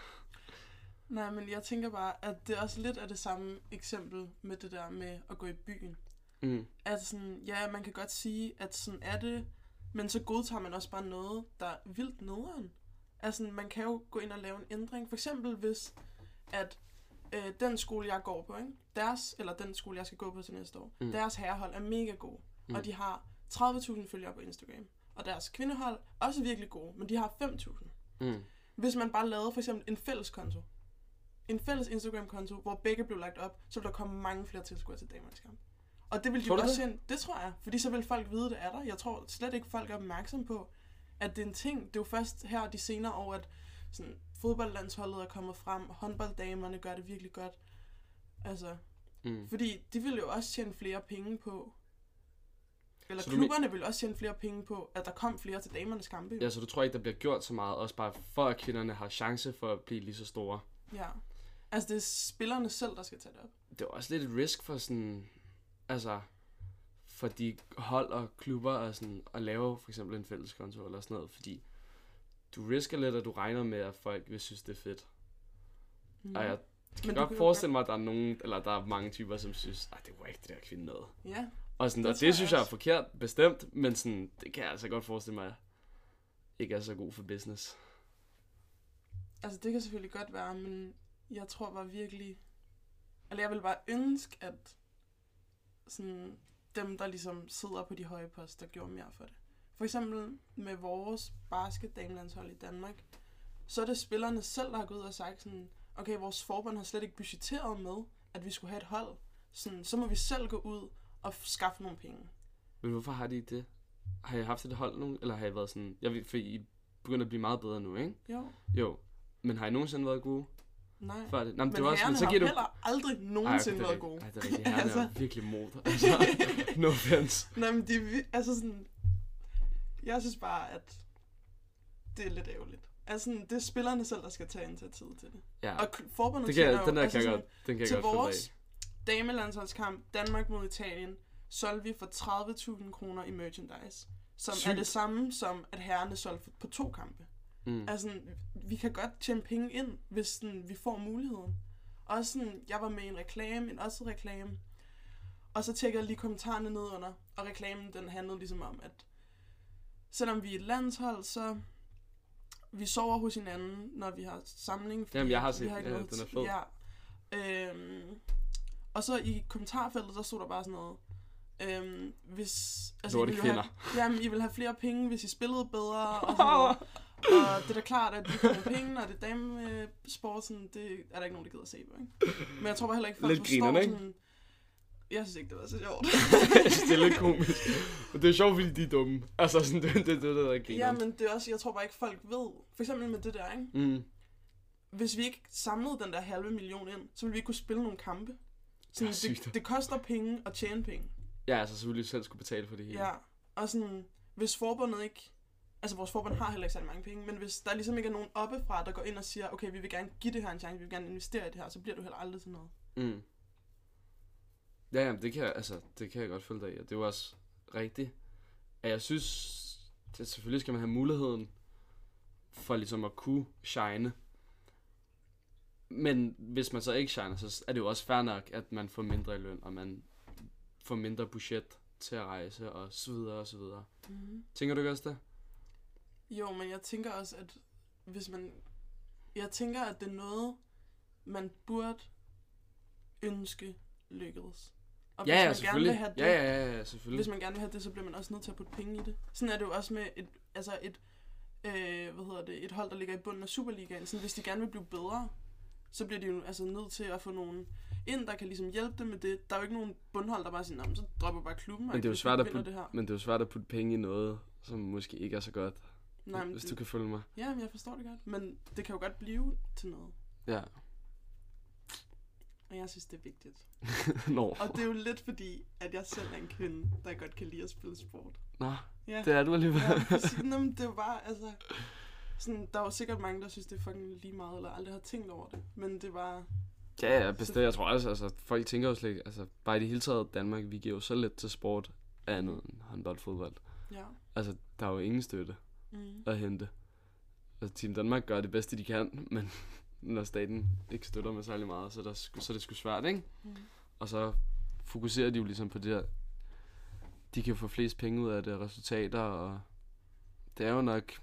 Nej, men jeg tænker bare, at det er også lidt af det samme eksempel med det der med at gå i byen. Mm. At sådan, ja, man kan godt sige, at sådan er det, men så godtager man også bare noget, der er vildt nederen. Altså, man kan jo gå ind og lave en ændring. For eksempel hvis, at øh, den skole, jeg går på, ikke? Deres, eller den skole, jeg skal gå på til næste år, mm. deres herrehold er mega god, mm. og de har tredive tusind følgere på Instagram. Og deres kvindehold er også virkelig gode, men de har fem tusind. Mm. Hvis man bare lavede for eksempel en fælles konto, en fælles Instagram-konto, hvor begge blev lagt op, så vil der komme mange flere tilskuere til damernes kamp. Og det vil de tror jo også det? se, det tror jeg, fordi så vil folk vide, det er der. Jeg tror slet ikke, folk er opmærksom på, at det er en ting. Det er jo først her de senere år, at sådan, fodboldlandsholdet er kommet frem, og håndbolddamerne gør det virkelig godt. Altså, mm. fordi de vil jo også tjene flere penge på, eller så klubberne men... vil også tjene flere penge på, at der kom flere til damernes kampe. Ja, så du tror ikke, der bliver gjort så meget, også bare for, at kvinderne har chance for at blive lige så store? Ja, altså det er spillerne selv, der skal tage det op. Det er også lidt et risk for sådan, altså, for de hold og klubber og sådan, at lave for eksempel en fælleskonto eller sådan noget, fordi du risker lidt, at du regner med, at folk vil synes, det er fedt. Mm. Og jeg kan men godt forestille mig, at der er nogen, eller der er mange typer, som synes, at det var ikke det der kvinde noget. Ja. Og, sådan, det, og det synes jeg, jeg er forkert, bestemt, men sådan, det kan jeg altså godt forestille mig, ikke er så god for business. Altså det kan selvfølgelig godt være, men jeg tror bare virkelig, eller jeg vil bare ønske, at sådan, dem, der ligesom sidder på de høje poster, gjorde mere for det. For eksempel med vores basketdamelandshold i Danmark, så er det spillerne selv, der har gået ud og sagt sådan, okay, vores forbund har slet ikke budgetteret med, at vi skulle have et hold. Sådan, så må vi selv gå ud og skaffe nogle penge. Men hvorfor har de ikke det? Har I haft et hold nu, eller har I været sådan, jeg ved, for I begynder at blive meget bedre nu, ikke? Jo. Jo, men har I nogensinde været gode? Nej, før det? Nå, men, men det var herrerne også, så har giver heller du... aldrig nogensinde Ej, okay, været gode. Nej, det er rigtigt. Herrerne altså... er virkelig mod. Altså, no offense. Nej, men de, altså sådan, jeg synes bare, at det er lidt ærgerligt. Altså sådan, det er spillerne selv, der skal tage initiativ til det. Ja. Og forbundet det kan, tjener jo, den der altså kan sådan, godt, den kan til jeg godt vores damelandsholdskamp, Danmark mod Italien, solgte vi for tredive tusind kroner i merchandise. Som Sygt. Er det samme som, at herrerne solgte på to kampe. Mm. Altså, vi kan godt tjene penge ind, hvis sådan, vi får muligheden. Også sådan, jeg var med i en reklame, en også reklame. Og så tjekkede jeg lige kommentarerne ned under, og reklamen, den handlede ligesom om, at selvom vi er et landshold, så vi sover hos hinanden, når vi har samling. Jamen, jeg har set, ja, den er fed. Ja. Øhm, og så i kommentarfeltet, der stod der bare sådan noget, øhm, hvis... Altså, Lorte kvinder. Have, jamen, I vil have flere penge, hvis I spillede bedre, og sådan noget. Og det er da klart, at vi får nogle penge, og det er damesporten, det er der ikke nogen, der gider at se på, ikke? Men jeg tror bare heller ikke, folk forstår sådan... Ikke? Jeg synes ikke, det var så sjovt. Jeg synes, det er lidt komisk. Men det er sjovt, fordi de er dumme. Altså, sådan, det, det, det, det der er griner. Ja, men det er også, jeg tror bare ikke, folk ved. For eksempel med det der, ikke? Mm. Hvis vi ikke samlede den der halve million ind, så ville vi ikke kunne spille nogle kampe. Sådan, det, det, det koster penge at tjene penge. Ja, altså, så ville vi selv skulle betale for det hele. Ja, og sådan, hvis forbundet ikke... Altså, vores forbund har heller ikke særlig mange penge, men hvis der ligesom ikke er nogen oppefra, der går ind og siger, okay, vi vil gerne give det her en chance, vi vil gerne investere i det her, så bliver du heller aldrig til noget. Mm. Ja, jamen, det kan jeg, altså, det kan jeg godt følge dig i, og det er jo også rigtigt. At jeg synes, at selvfølgelig skal man have muligheden for ligesom at kunne shine. Men hvis man så ikke shiner, så er det jo også fair nok, at man får mindre i løn, og man får mindre budget til at rejse, og så videre, og så videre. Mm. Tænker du ikke også det? Jo, men jeg tænker også, at hvis man... Jeg tænker, at det er noget, man burde ønske lykkedes. Og ja, hvis ja, man selvfølgelig. Gerne vil have det, ja, ja, ja, selvfølgelig. Hvis man gerne vil have det, så bliver man også nødt til at putte penge i det. Sådan er det jo også med et, altså et, øh, hvad hedder det, et hold, der ligger i bunden af Superligaen. Sådan, hvis de gerne vil blive bedre, så bliver de jo altså nødt til at få nogen ind, der kan ligesom hjælpe dem med det. Der er jo ikke nogen bundhold, der bare siger, så dropper bare klubben. Men det er jo svært at putte, men det er jo svært at putte penge i noget, som måske ikke er så godt. Nej, men hvis det, du kan følge mig. Ja, men jeg forstår det godt. Men det kan jo godt blive til noget. Ja. Og jeg synes, det er vigtigt. Nå. Og det er jo lidt fordi, at jeg selv er en kvinde, der godt kan lide at spille sport. Nå, Ja. det er du alligevel. Ja, præcis. Nå, men det er jo bare, altså... Sådan, der er jo sikkert mange, der synes, det er fucking lige meget, eller aldrig har tænkt over det. Men det var... Ja, ja, bestemt. Jeg tror også, altså, folk tænker jo slet ikke, altså, bare i det hele taget Danmark, vi giver jo så lidt til sport andet end håndbold, fodbold. Ja. Altså, der er jo ingen støtte Mm. at hente. Altså, Team Danmark gør det bedste, de kan, men når staten ikke støtter med særlig meget, så, der, så er det sgu svært, ikke? Mm. Og så fokuserer de jo ligesom på det her, de kan få flest penge ud af det, resultater, og det er jo nok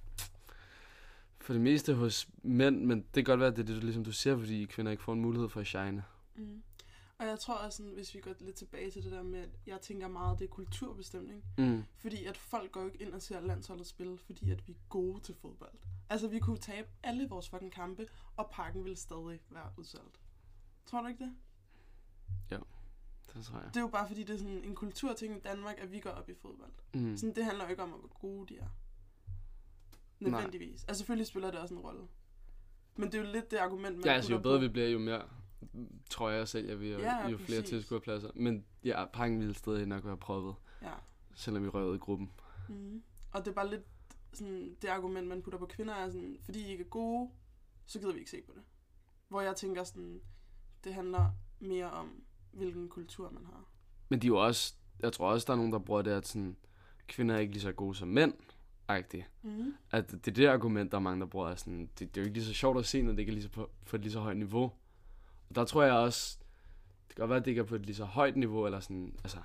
for det meste hos mænd, men det kan godt være, at det er det, ligesom du siger, fordi kvinder ikke får en mulighed for at shine. Mm. Og jeg tror også, sådan, hvis vi går lidt tilbage til det der med, at jeg tænker meget, det er kulturbestemt, ikke? Mm. Fordi at folk går jo ikke ind og ser landsholdet spille, fordi at vi er gode til fodbold. Altså, vi kunne tabe alle vores fucking kampe, og parken ville stadig være udsolgt. Tror du ikke det? Jo, det tror jeg. Det er jo bare fordi, det er sådan en kulturting i Danmark, at vi går op i fodbold. Mm. Sådan, det handler jo ikke om, hvor gode de er. Nødvendigvis. Altså, selvfølgelig spiller det også en rolle. Men det er jo lidt det argument, man Ja, altså jo putter bedre på. vi bliver, jo mere trøjer sælger vi, og Ja, ja, jo flere præcis. tilskuerpladser. Men ja, parken ville stadig nok være prøvet, Ja. selvom vi røg ud i gruppen. Mm. Og det er bare lidt sådan, det argument, man putter på kvinder, er sådan, fordi I ikke er gode, så gider vi ikke se på det. Hvor jeg tænker sådan, det handler mere om, hvilken kultur man har. Men de er jo også, jeg tror også, der er nogen, der bruger det, at sådan, kvinder er ikke lige så gode som mænd. Agtigt. Mm. At det er det argument, der er mange, der bruger. Sådan, det, det er jo ikke lige så sjovt at se, når det ikke er lige så på, på et lige så højt niveau. Og der tror jeg også, det kan godt være, at det ikke er på et lige så højt niveau, eller sådan, altså,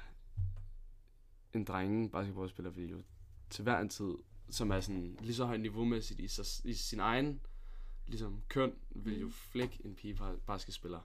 en drenge basketballspiller vil jo til hver en tid, som er sådan lige så højt niveaumæssigt i, sig, i sin egen ligesom køn, vil jo flække en pige basketspiller.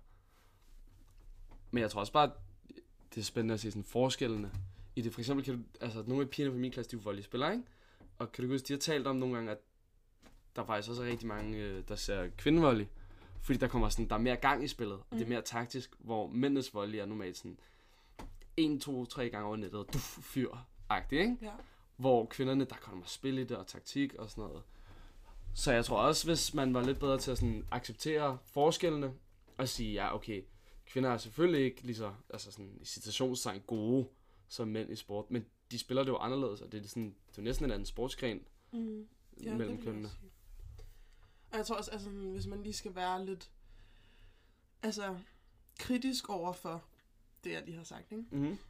Men jeg tror også bare, det er spændende at se sådan forskellene i det. For eksempel kan du, altså nogle af pigerne fra min klasse, de er jo volleyspillere, ikke? Og kan du huske, de har talt om nogle gange, at der faktisk også er rigtig mange, der ser kvindevolley, fordi der kommer sådan, der er mere gang i spillet, og mm. det er mere taktisk, hvor mændenes volley er normalt sådan en, to, tre gange over nettet, du fyr-agtigt, ikke? Ja. Hvor kvinderne, der kommer spil i det, og taktik og sådan noget. Så jeg tror også, hvis man var lidt bedre til at sådan acceptere forskellene, og sige, ja, okay, kvinder er selvfølgelig ikke lige så, altså sådan i citationstegn gode som mænd i sport, men de spiller det jo anderledes, og det er, sådan, det er næsten en anden sportsgren Mm. Ja, mellem det vil jeg kønnene. sige. Og jeg tror også, altså, hvis man lige skal være lidt altså, kritisk over for det, jeg lige har sagt, ikke? Mm-hmm.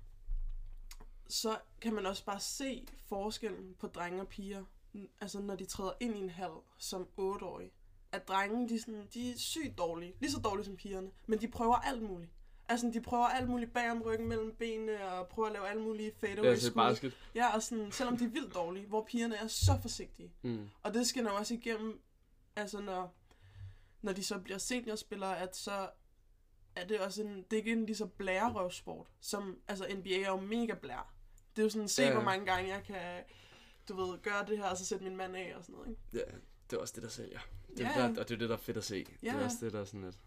Så kan man også bare se forskellen på drenge og piger, altså når de træder ind i en hal som otteårige. At drenge, de er, sådan, de er sygt dårlige, lige så dårlige som pigerne, men de prøver alt muligt. Altså, de prøver alt muligt bag om ryggen, mellem benene, og prøver at lave alle mulige fadeaway Ja, så basket. Ja, og sådan, selvom de er vildt dårlige, hvor pigerne er så forsigtige. Mm. Og det skal nok også igennem, altså når, når de så bliver seniorspillere, at så er det også en, det er ikke en lige så blærerøvsport, som, altså N B A er jo mega blær. Det er jo sådan, se Ja, ja. hvor mange gange jeg kan, du ved, gøre det her, og så sætte min mand af og sådan noget, ikke? Ja, det er også det, der sælger. Det er Ja, ja, ja. der, og det er det, der er fedt at se. Ja, det er ja. også det, der er sådan lidt...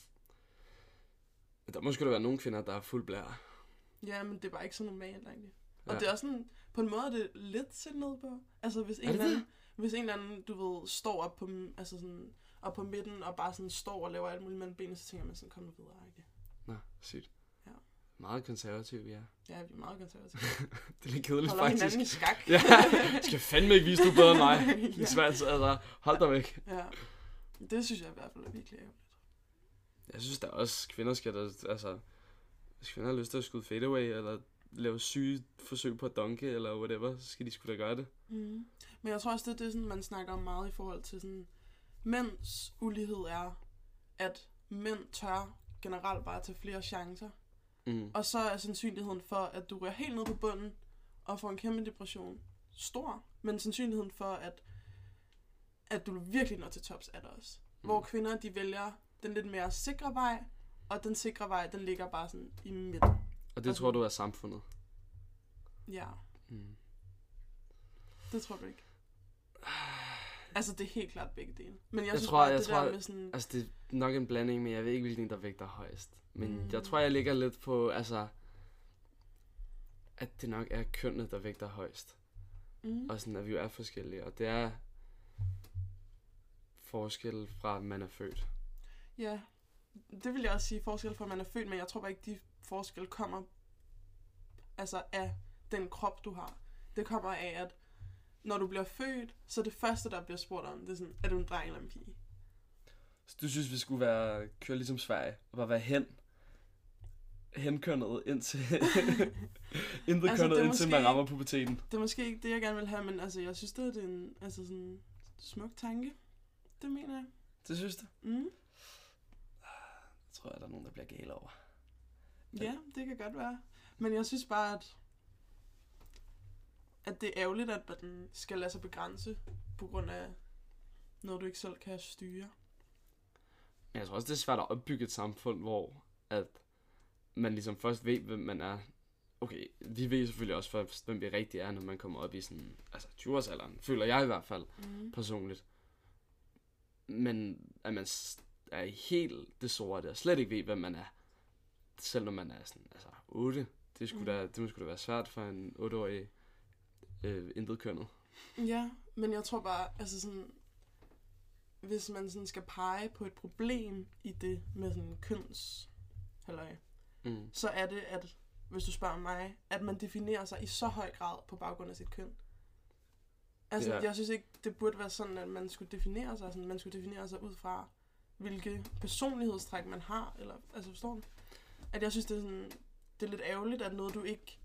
Men der må sgu da være nogle kvinder, der er fuld blær. Ja, men det er bare ikke så normalt, egentlig. Og Ja. det er også sådan, på en måde er det lidt set ned på. Altså, hvis en, Er det eller anden, hvis en eller anden, du ved, står op på, altså sådan, op på midten, og bare sådan står og laver alt muligt mellem benene, så tænker man sådan, kom nu videre, ikke? Nå, sygt. Ja. Meget konservativ, ja. Ja, vi er meget konservative. Det er lidt kedeligt, Holder faktisk. hinanden i skak. Ja, jeg skal fandme ikke vise, du er bedre end mig. Ja. I svært, altså, hold dig væk. Ja, det synes jeg i hvert fald er virkelig ærgerligt. Jeg synes, der er også kvinder skal der, altså, hvis kvinder har lyst til at skyde fadeaway, eller lave syge forsøg på at dunke, eller whatever, så skal de sgu da gøre det. Mm. Men jeg tror også, det er det, sådan, man snakker om meget i forhold til sådan, mænds ulighed er, at mænd tør generelt bare tage flere chancer. Mm. Og så er sandsynligheden for, at du rører helt ned på bunden og får en kæmpe depression stor. Men sandsynligheden for, at, at du virkelig når til tops, er der også. Mm. Hvor kvinder, de vælger den lidt mere sikre vej, og den sikre vej, den ligger bare sådan i midten. Og det Og tror du er samfundet? Ja, Mm. det tror du ikke. Altså, det er helt klart begge dele. Men jeg, Jeg synes tror- bare, jeg det tror- der med sådan... Altså, det er nok en blanding, men jeg ved ikke, hvilken der vægter højst. Men Mm. mm. jeg tror, jeg ligger lidt på, altså, at det nok er kønnet, der vægter højst. Mm. Og sådan, at vi jo er forskellige. Og det er, forskel fra, at man er født. Ja, det vil jeg også sige forskel fra, at man er født, men jeg tror bare ikke, de forskel kommer altså af den krop, du har. Det kommer af, at når du bliver født, så det første, der bliver spurgt om, det er sådan, er du en dreng eller en pige? Så du synes, vi skulle være, køre ligesom Sverige, og bare være hen, henkønnet indtil, intet Altså, kønnet, det er indtil måske man ikke- rammer puberteten. Det er måske ikke det, jeg gerne vil have, men altså, jeg synes, det er en altså sådan, smuk tanke. Det mener jeg. Det synes du? Mm. Jeg tror, at der er nogen, der bliver gale over. Ja, det kan godt være. Men jeg synes bare, at, at det er ærgerligt, at man skal lade sig begrænse på grund af noget, du ikke selv kan styre. Men jeg tror også, det er svært at opbygge et samfund, hvor at man ligesom først ved, hvem man er. Okay, vi ved selvfølgelig også først, hvem vi rigtig er, når man kommer op i sådan, altså tyve-årsalderen, føler jeg i hvert fald, Mm. personligt. Men at man s- er helt det sorte, og slet ikke ved, hvem man er, selv når man er sådan, altså otte, det skulle Mm. da, det må sgu da være svært for en otteårig øh, intet kønnet. Ja, men jeg tror bare, altså sådan, hvis man sådan skal pege på et problem i det med sådan køns, halløj, Mm. så er det, at hvis du spørger mig, at man definerer sig i så høj grad på baggrund af sit køn. Altså, Ja. jeg synes ikke, det burde være sådan, at man skulle definere sig sådan, man skulle definere sig ud fra, hvilke personlighedstræk man har, eller, altså forstår du? At jeg synes, det er sådan, det er lidt ærgerligt, at noget, du ikke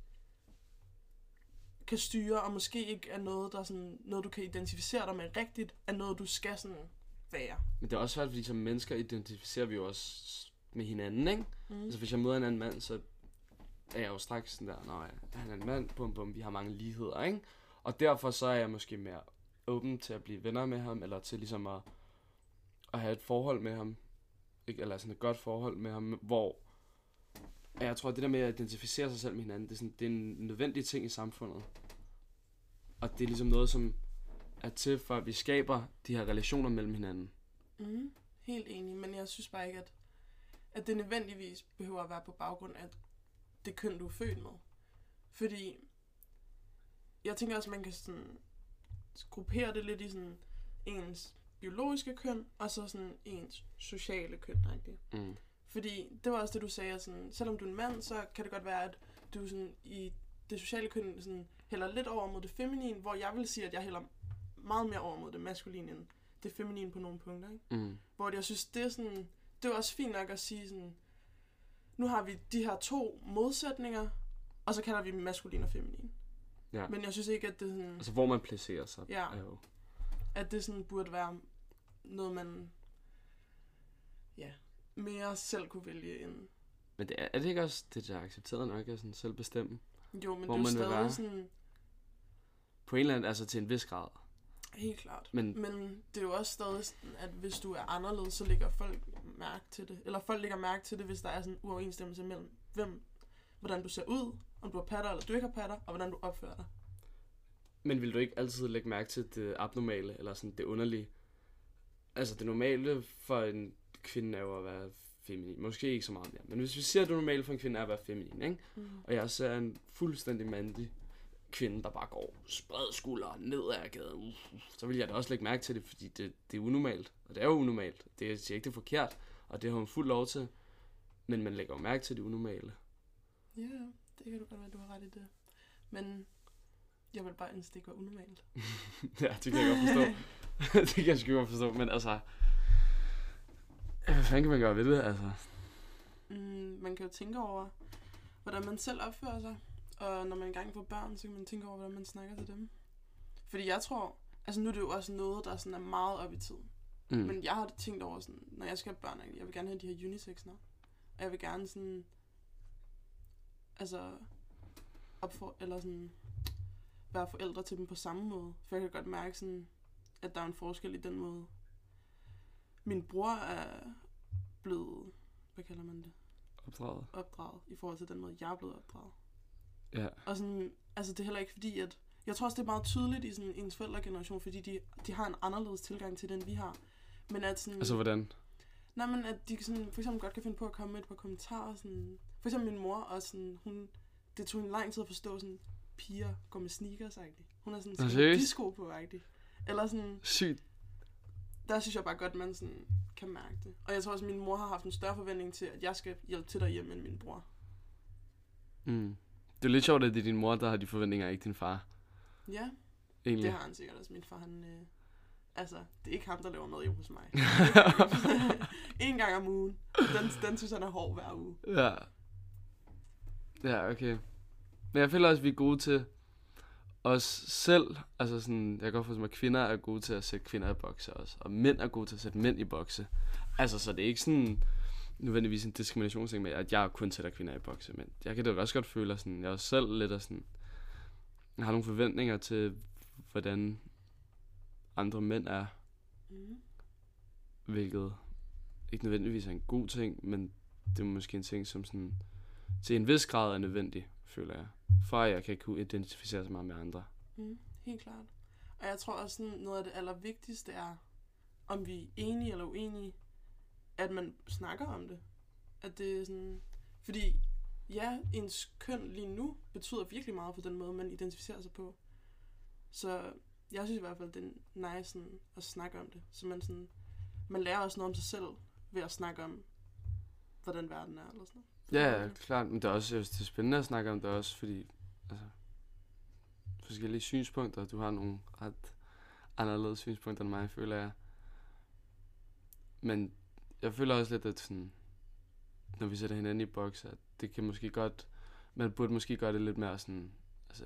kan styre, og måske ikke er noget, der er sådan, noget, du kan identificere dig med rigtigt, er noget, du skal sådan være. Men det er også svært, fordi som mennesker identificerer vi jo også med hinanden, ikke? Mm. Altså hvis jeg møder en anden mand, så er jeg jo straks sådan der, nej, han er en mand, bum bum, vi har mange ligheder, ikke? Og derfor så er jeg måske mere åben til at blive venner med ham, eller til ligesom at, at have et forhold med ham, ikke? Eller sådan et godt forhold med ham, hvor jeg tror, at det der med at identificere sig selv med hinanden, det er, sådan, det er en nødvendig ting i samfundet. Og det er ligesom noget, som er til for, at vi skaber de her relationer mellem hinanden. Mm. Helt enig, men jeg synes bare ikke, at, at det nødvendigvis behøver at være på baggrund af det køn, du er født med. Fordi jeg tænker også, at man kan sådan gruppere det lidt i sådan ens biologiske køn, og så sådan ens sociale køn, rigtigt. Mm. Fordi det var også det, du sagde, at sådan, selvom du er en mand, så kan det godt være, at du sådan, i det sociale køn sådan, hælder lidt over mod det feminine, hvor jeg vil sige, at jeg hælder meget mere over mod det maskuline end det feminine på nogle punkter. Ikke? Mm. Hvor jeg synes, det er, sådan, det er også fint nok at sige, sådan, nu har vi de her to modsætninger, og så kalder vi dem maskulin og feminin. Ja. Men jeg synes ikke, at det, sådan, Altså hvor man placerer sig. Ja. Er jo. at det sådan burde være noget, man ja, mere selv kunne vælge end. Men det er, er det ikke også det, der er accepteret nok at sådan selv bestemme? Jo, men Hvor det er jo man vil stadig være. sådan, På en eller anden, altså til en vis grad. helt klart. Men- Men det er jo også stadig sådan, at hvis du er anderledes, så lægger folk mærke til det. Eller folk lægger mærke til det, hvis der er sådan en uoverensstemmelse mellem, hvem, hvordan du ser ud, om du har patter eller du ikke har patter, og hvordan du opfører dig. Men vil du ikke altid lægge mærke til det abnormale, eller sådan det underlige? Altså det normale for en kvinde er jo at være feminin. Måske ikke så meget mere. Men hvis vi siger, at det normale for en kvinde er at være feminin, ikke? Mm. Og jeg ser en fuldstændig mandig kvinde, der bare går spredt skulder ned ad gaden, uh, uh, så vil jeg da også lægge mærke til det, fordi det, det er unormalt. Og det er jo unormalt. Det er siger ikke, det er forkert, og det har hun fuld lov til. Men man lægger jo mærke til det unormale. Ja, det kan du godt være, du har ret i det. Men jeg vil bare ønske, det ikke var unormalt. Ja, det kan jeg godt forstå. Det kan jeg sgu godt forstå, men altså... Hvad fanden kan man gøre ved det, altså? Mm, man kan jo tænke over, hvordan man selv opfører sig. Og når man engang får børn, så kan man tænke over, hvordan man snakker til dem. Fordi jeg tror, altså nu er det jo også noget, der sådan er meget op i tid. Mm. Mm. Men jeg har tænkt over sådan, når jeg skal have børn, jeg vil gerne have de her unisex navn. Og jeg vil gerne sådan, altså, opfor, eller sådan, være forældre til dem på samme måde. For jeg kan godt mærke sådan, at der er en forskel i den måde. Min bror er blevet, hvad kalder man det, Opdraget. opdraget, i forhold til den måde, jeg er blevet opdraget. Ja. Og sådan, altså det er heller ikke fordi, at, jeg tror også, det er meget tydeligt i sådan ens forældregeneration, fordi de, de har en anderledes tilgang til den, vi har. Men at sådan, Altså hvordan? nej, men at de sådan, for eksempel godt kan finde på at komme med et par kommentarer, sådan, for eksempel min mor, og sådan, hun, det tog en lang tid at forstå, sådan, piger går med sneakers, agtigt. Hun er sådan, Nå, skal seriøst? de sko på, agtigt. Eller sådan, Sygt. der synes jeg bare godt, man sådan kan mærke det. Og jeg tror også, at min mor har haft en større forventning til, at jeg skal hjælpe til derhjemme end min bror. Mm. Det er lidt sjovt, at det er din mor, der har de forventninger, ikke din far. Ja, Egentlig. det har han sikkert også. Min far, han... Øh, altså, det er ikke ham, der laver mad hjemme hos mig. En gang om ugen. Den, den synes han er hård hver uge. Ja. Ja, okay. Men jeg føler også, at vi er gode til os selv. Altså sådan, jeg kan godt forstå, at kvinder er gode til at sætte kvinder i bokse også. Og mænd er gode til at sætte mænd i bokse. Altså, så det er ikke sådan nødvendigvis en diskriminationsting med, at jeg kun sætter kvinder i bokse. Men jeg kan da også godt føle, sådan, jeg er også selv lidt af sådan, jeg har nogle forventninger til, hvordan andre mænd er. Mm. Hvilket ikke nødvendigvis er en god ting, men det er måske en ting, som sådan til en vis grad er nødvendig, føler jeg. For at jeg kan kunne identificere sig meget med andre. Mm, helt klart. Og jeg tror også, sådan, noget af det allervigtigste er, om vi er enige eller uenige, at man snakker om det. At det er sådan... Fordi, ja, ens køn lige nu betyder virkelig meget for den måde, man identificerer sig på. Så jeg synes i hvert fald, det er nice sådan, at snakke om det. Så man, sådan, man lærer også noget om sig selv ved at snakke om, hvordan verden er. Eller sådan noget. Ja, ja, klart. Men det er også det er spændende at snakke om det også, fordi altså, forskellige synspunkter. Du har nogle ret anderledes synspunkter end mig, føler jeg. Men jeg føler også lidt, at sådan, når vi sætter hinanden i boks, at det kan måske godt, man burde måske gøre det lidt mere sådan, altså,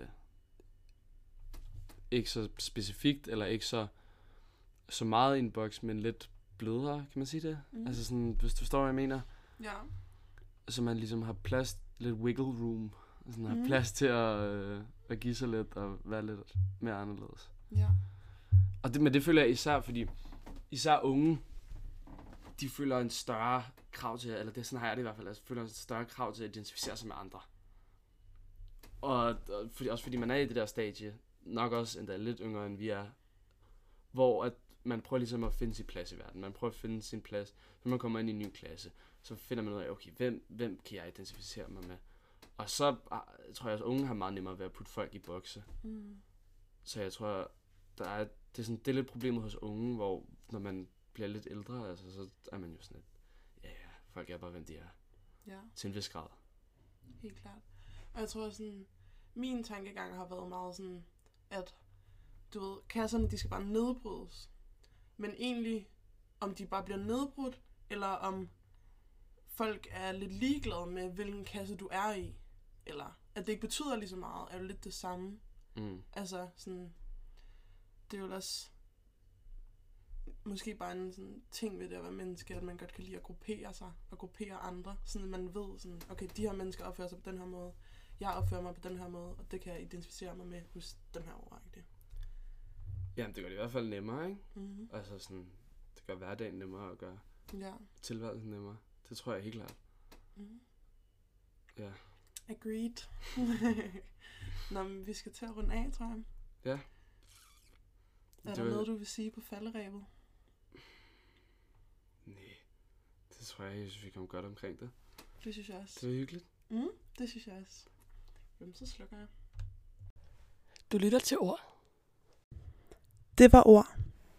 ikke så specifikt, eller ikke så, så meget i en boks, men lidt blødere, kan man sige det? Mm. Altså sådan, hvis du forstår, hvad jeg mener. Ja. Så man ligesom har plads, lidt wiggle room, sådan har Mm. plads til at, øh, at give sig lidt og være lidt mere anderledes. Ja. Og det, men det føler jeg især, fordi især unge, de føler en større krav til, eller det sådan har jeg det i hvert fald, altså føler en større krav til at identificere sig med andre. Og, og fordi, også fordi man er i det der stadie, nok også endda lidt yngre end vi er, hvor at man prøver ligesom at finde sin plads i verden. Man prøver at finde sin plads, når man kommer ind i en ny klasse. Så finder man ud af, okay, hvem, hvem kan jeg identificere mig med? Og så uh, tror jeg, at unge har meget nemmere ved at putte folk i bokse. Mm. Så jeg tror, der er, det, er sådan, det er lidt problemet hos unge, hvor når man bliver lidt ældre, altså, så er man jo sådan lidt, ja ja, folk er bare, hvem de er. Ja. Til en vis grad. Helt klart. Og jeg tror sådan, min tankegang har været meget sådan, at du ved, kasserne, de skal bare nedbrydes. Men egentlig, om de bare bliver nedbrudt, eller om folk er lidt ligeglade med, hvilken kasse du er i. Eller at det ikke betyder lige så meget, er jo lidt det samme. Mm. Altså sådan, det er jo også måske bare en sådan ting ved det at være menneske, at man godt kan lide at gruppere sig og gruppere andre, sådan at man ved sådan, okay, de her mennesker opfører sig på den her måde, jeg opfører mig på den her måde, og det kan jeg identificere mig med hos den her overrægte. Jamen, det gør det i hvert fald nemmere, ikke? Mm-hmm. Altså sådan, det gør hverdagen nemmere at gøre Ja. tilværelsen nemmere. Det tror jeg helt klart. Mm-hmm. Ja. Agreed. Nå, men vi skal til at runde af, tror jeg. Ja. Er Det der var- noget, du vil sige på falderæbet? Nej, det tror jeg, jeg synes, vi kom godt omkring det. Det synes jeg også. Det var hyggeligt. Mm, det synes jeg også. Jamen, så slukker jeg. Du lytter til Ord. Det var ord.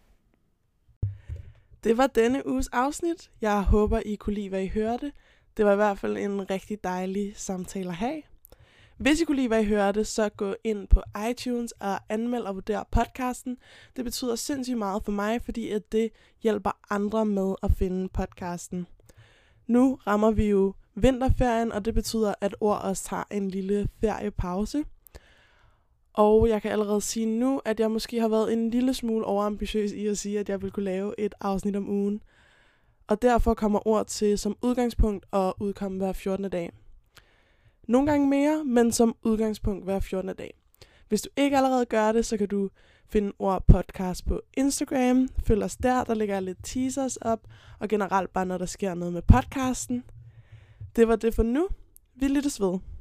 Det var denne uges afsnit. Jeg håber, I kunne lide, hvad I hørte. Det var i hvert fald en rigtig dejlig samtale at have. Hvis I kunne lide, hvad I hørte, så gå ind på iTunes og anmeld og vurder podcasten. Det betyder sindssygt meget for mig, fordi at det hjælper andre med at finde podcasten. Nu rammer vi jo vinterferien, og det betyder, at Ord også tager en lille feriepause. Og jeg kan allerede sige nu, at jeg måske har været en lille smule overambitiøs i at sige, at jeg vil kunne lave et afsnit om ugen. Og derfor kommer Ord til som udgangspunkt at udkomme hver fjortende dag. Nogle gange mere, men som udgangspunkt hver fjortende dag. Hvis du ikke allerede gør det, så kan du finde Ord podcast på Instagram. Følg os der, der ligger lidt teasers op, og generelt bare når der sker noget med podcasten. Det var det for nu. Vi lyttes ved.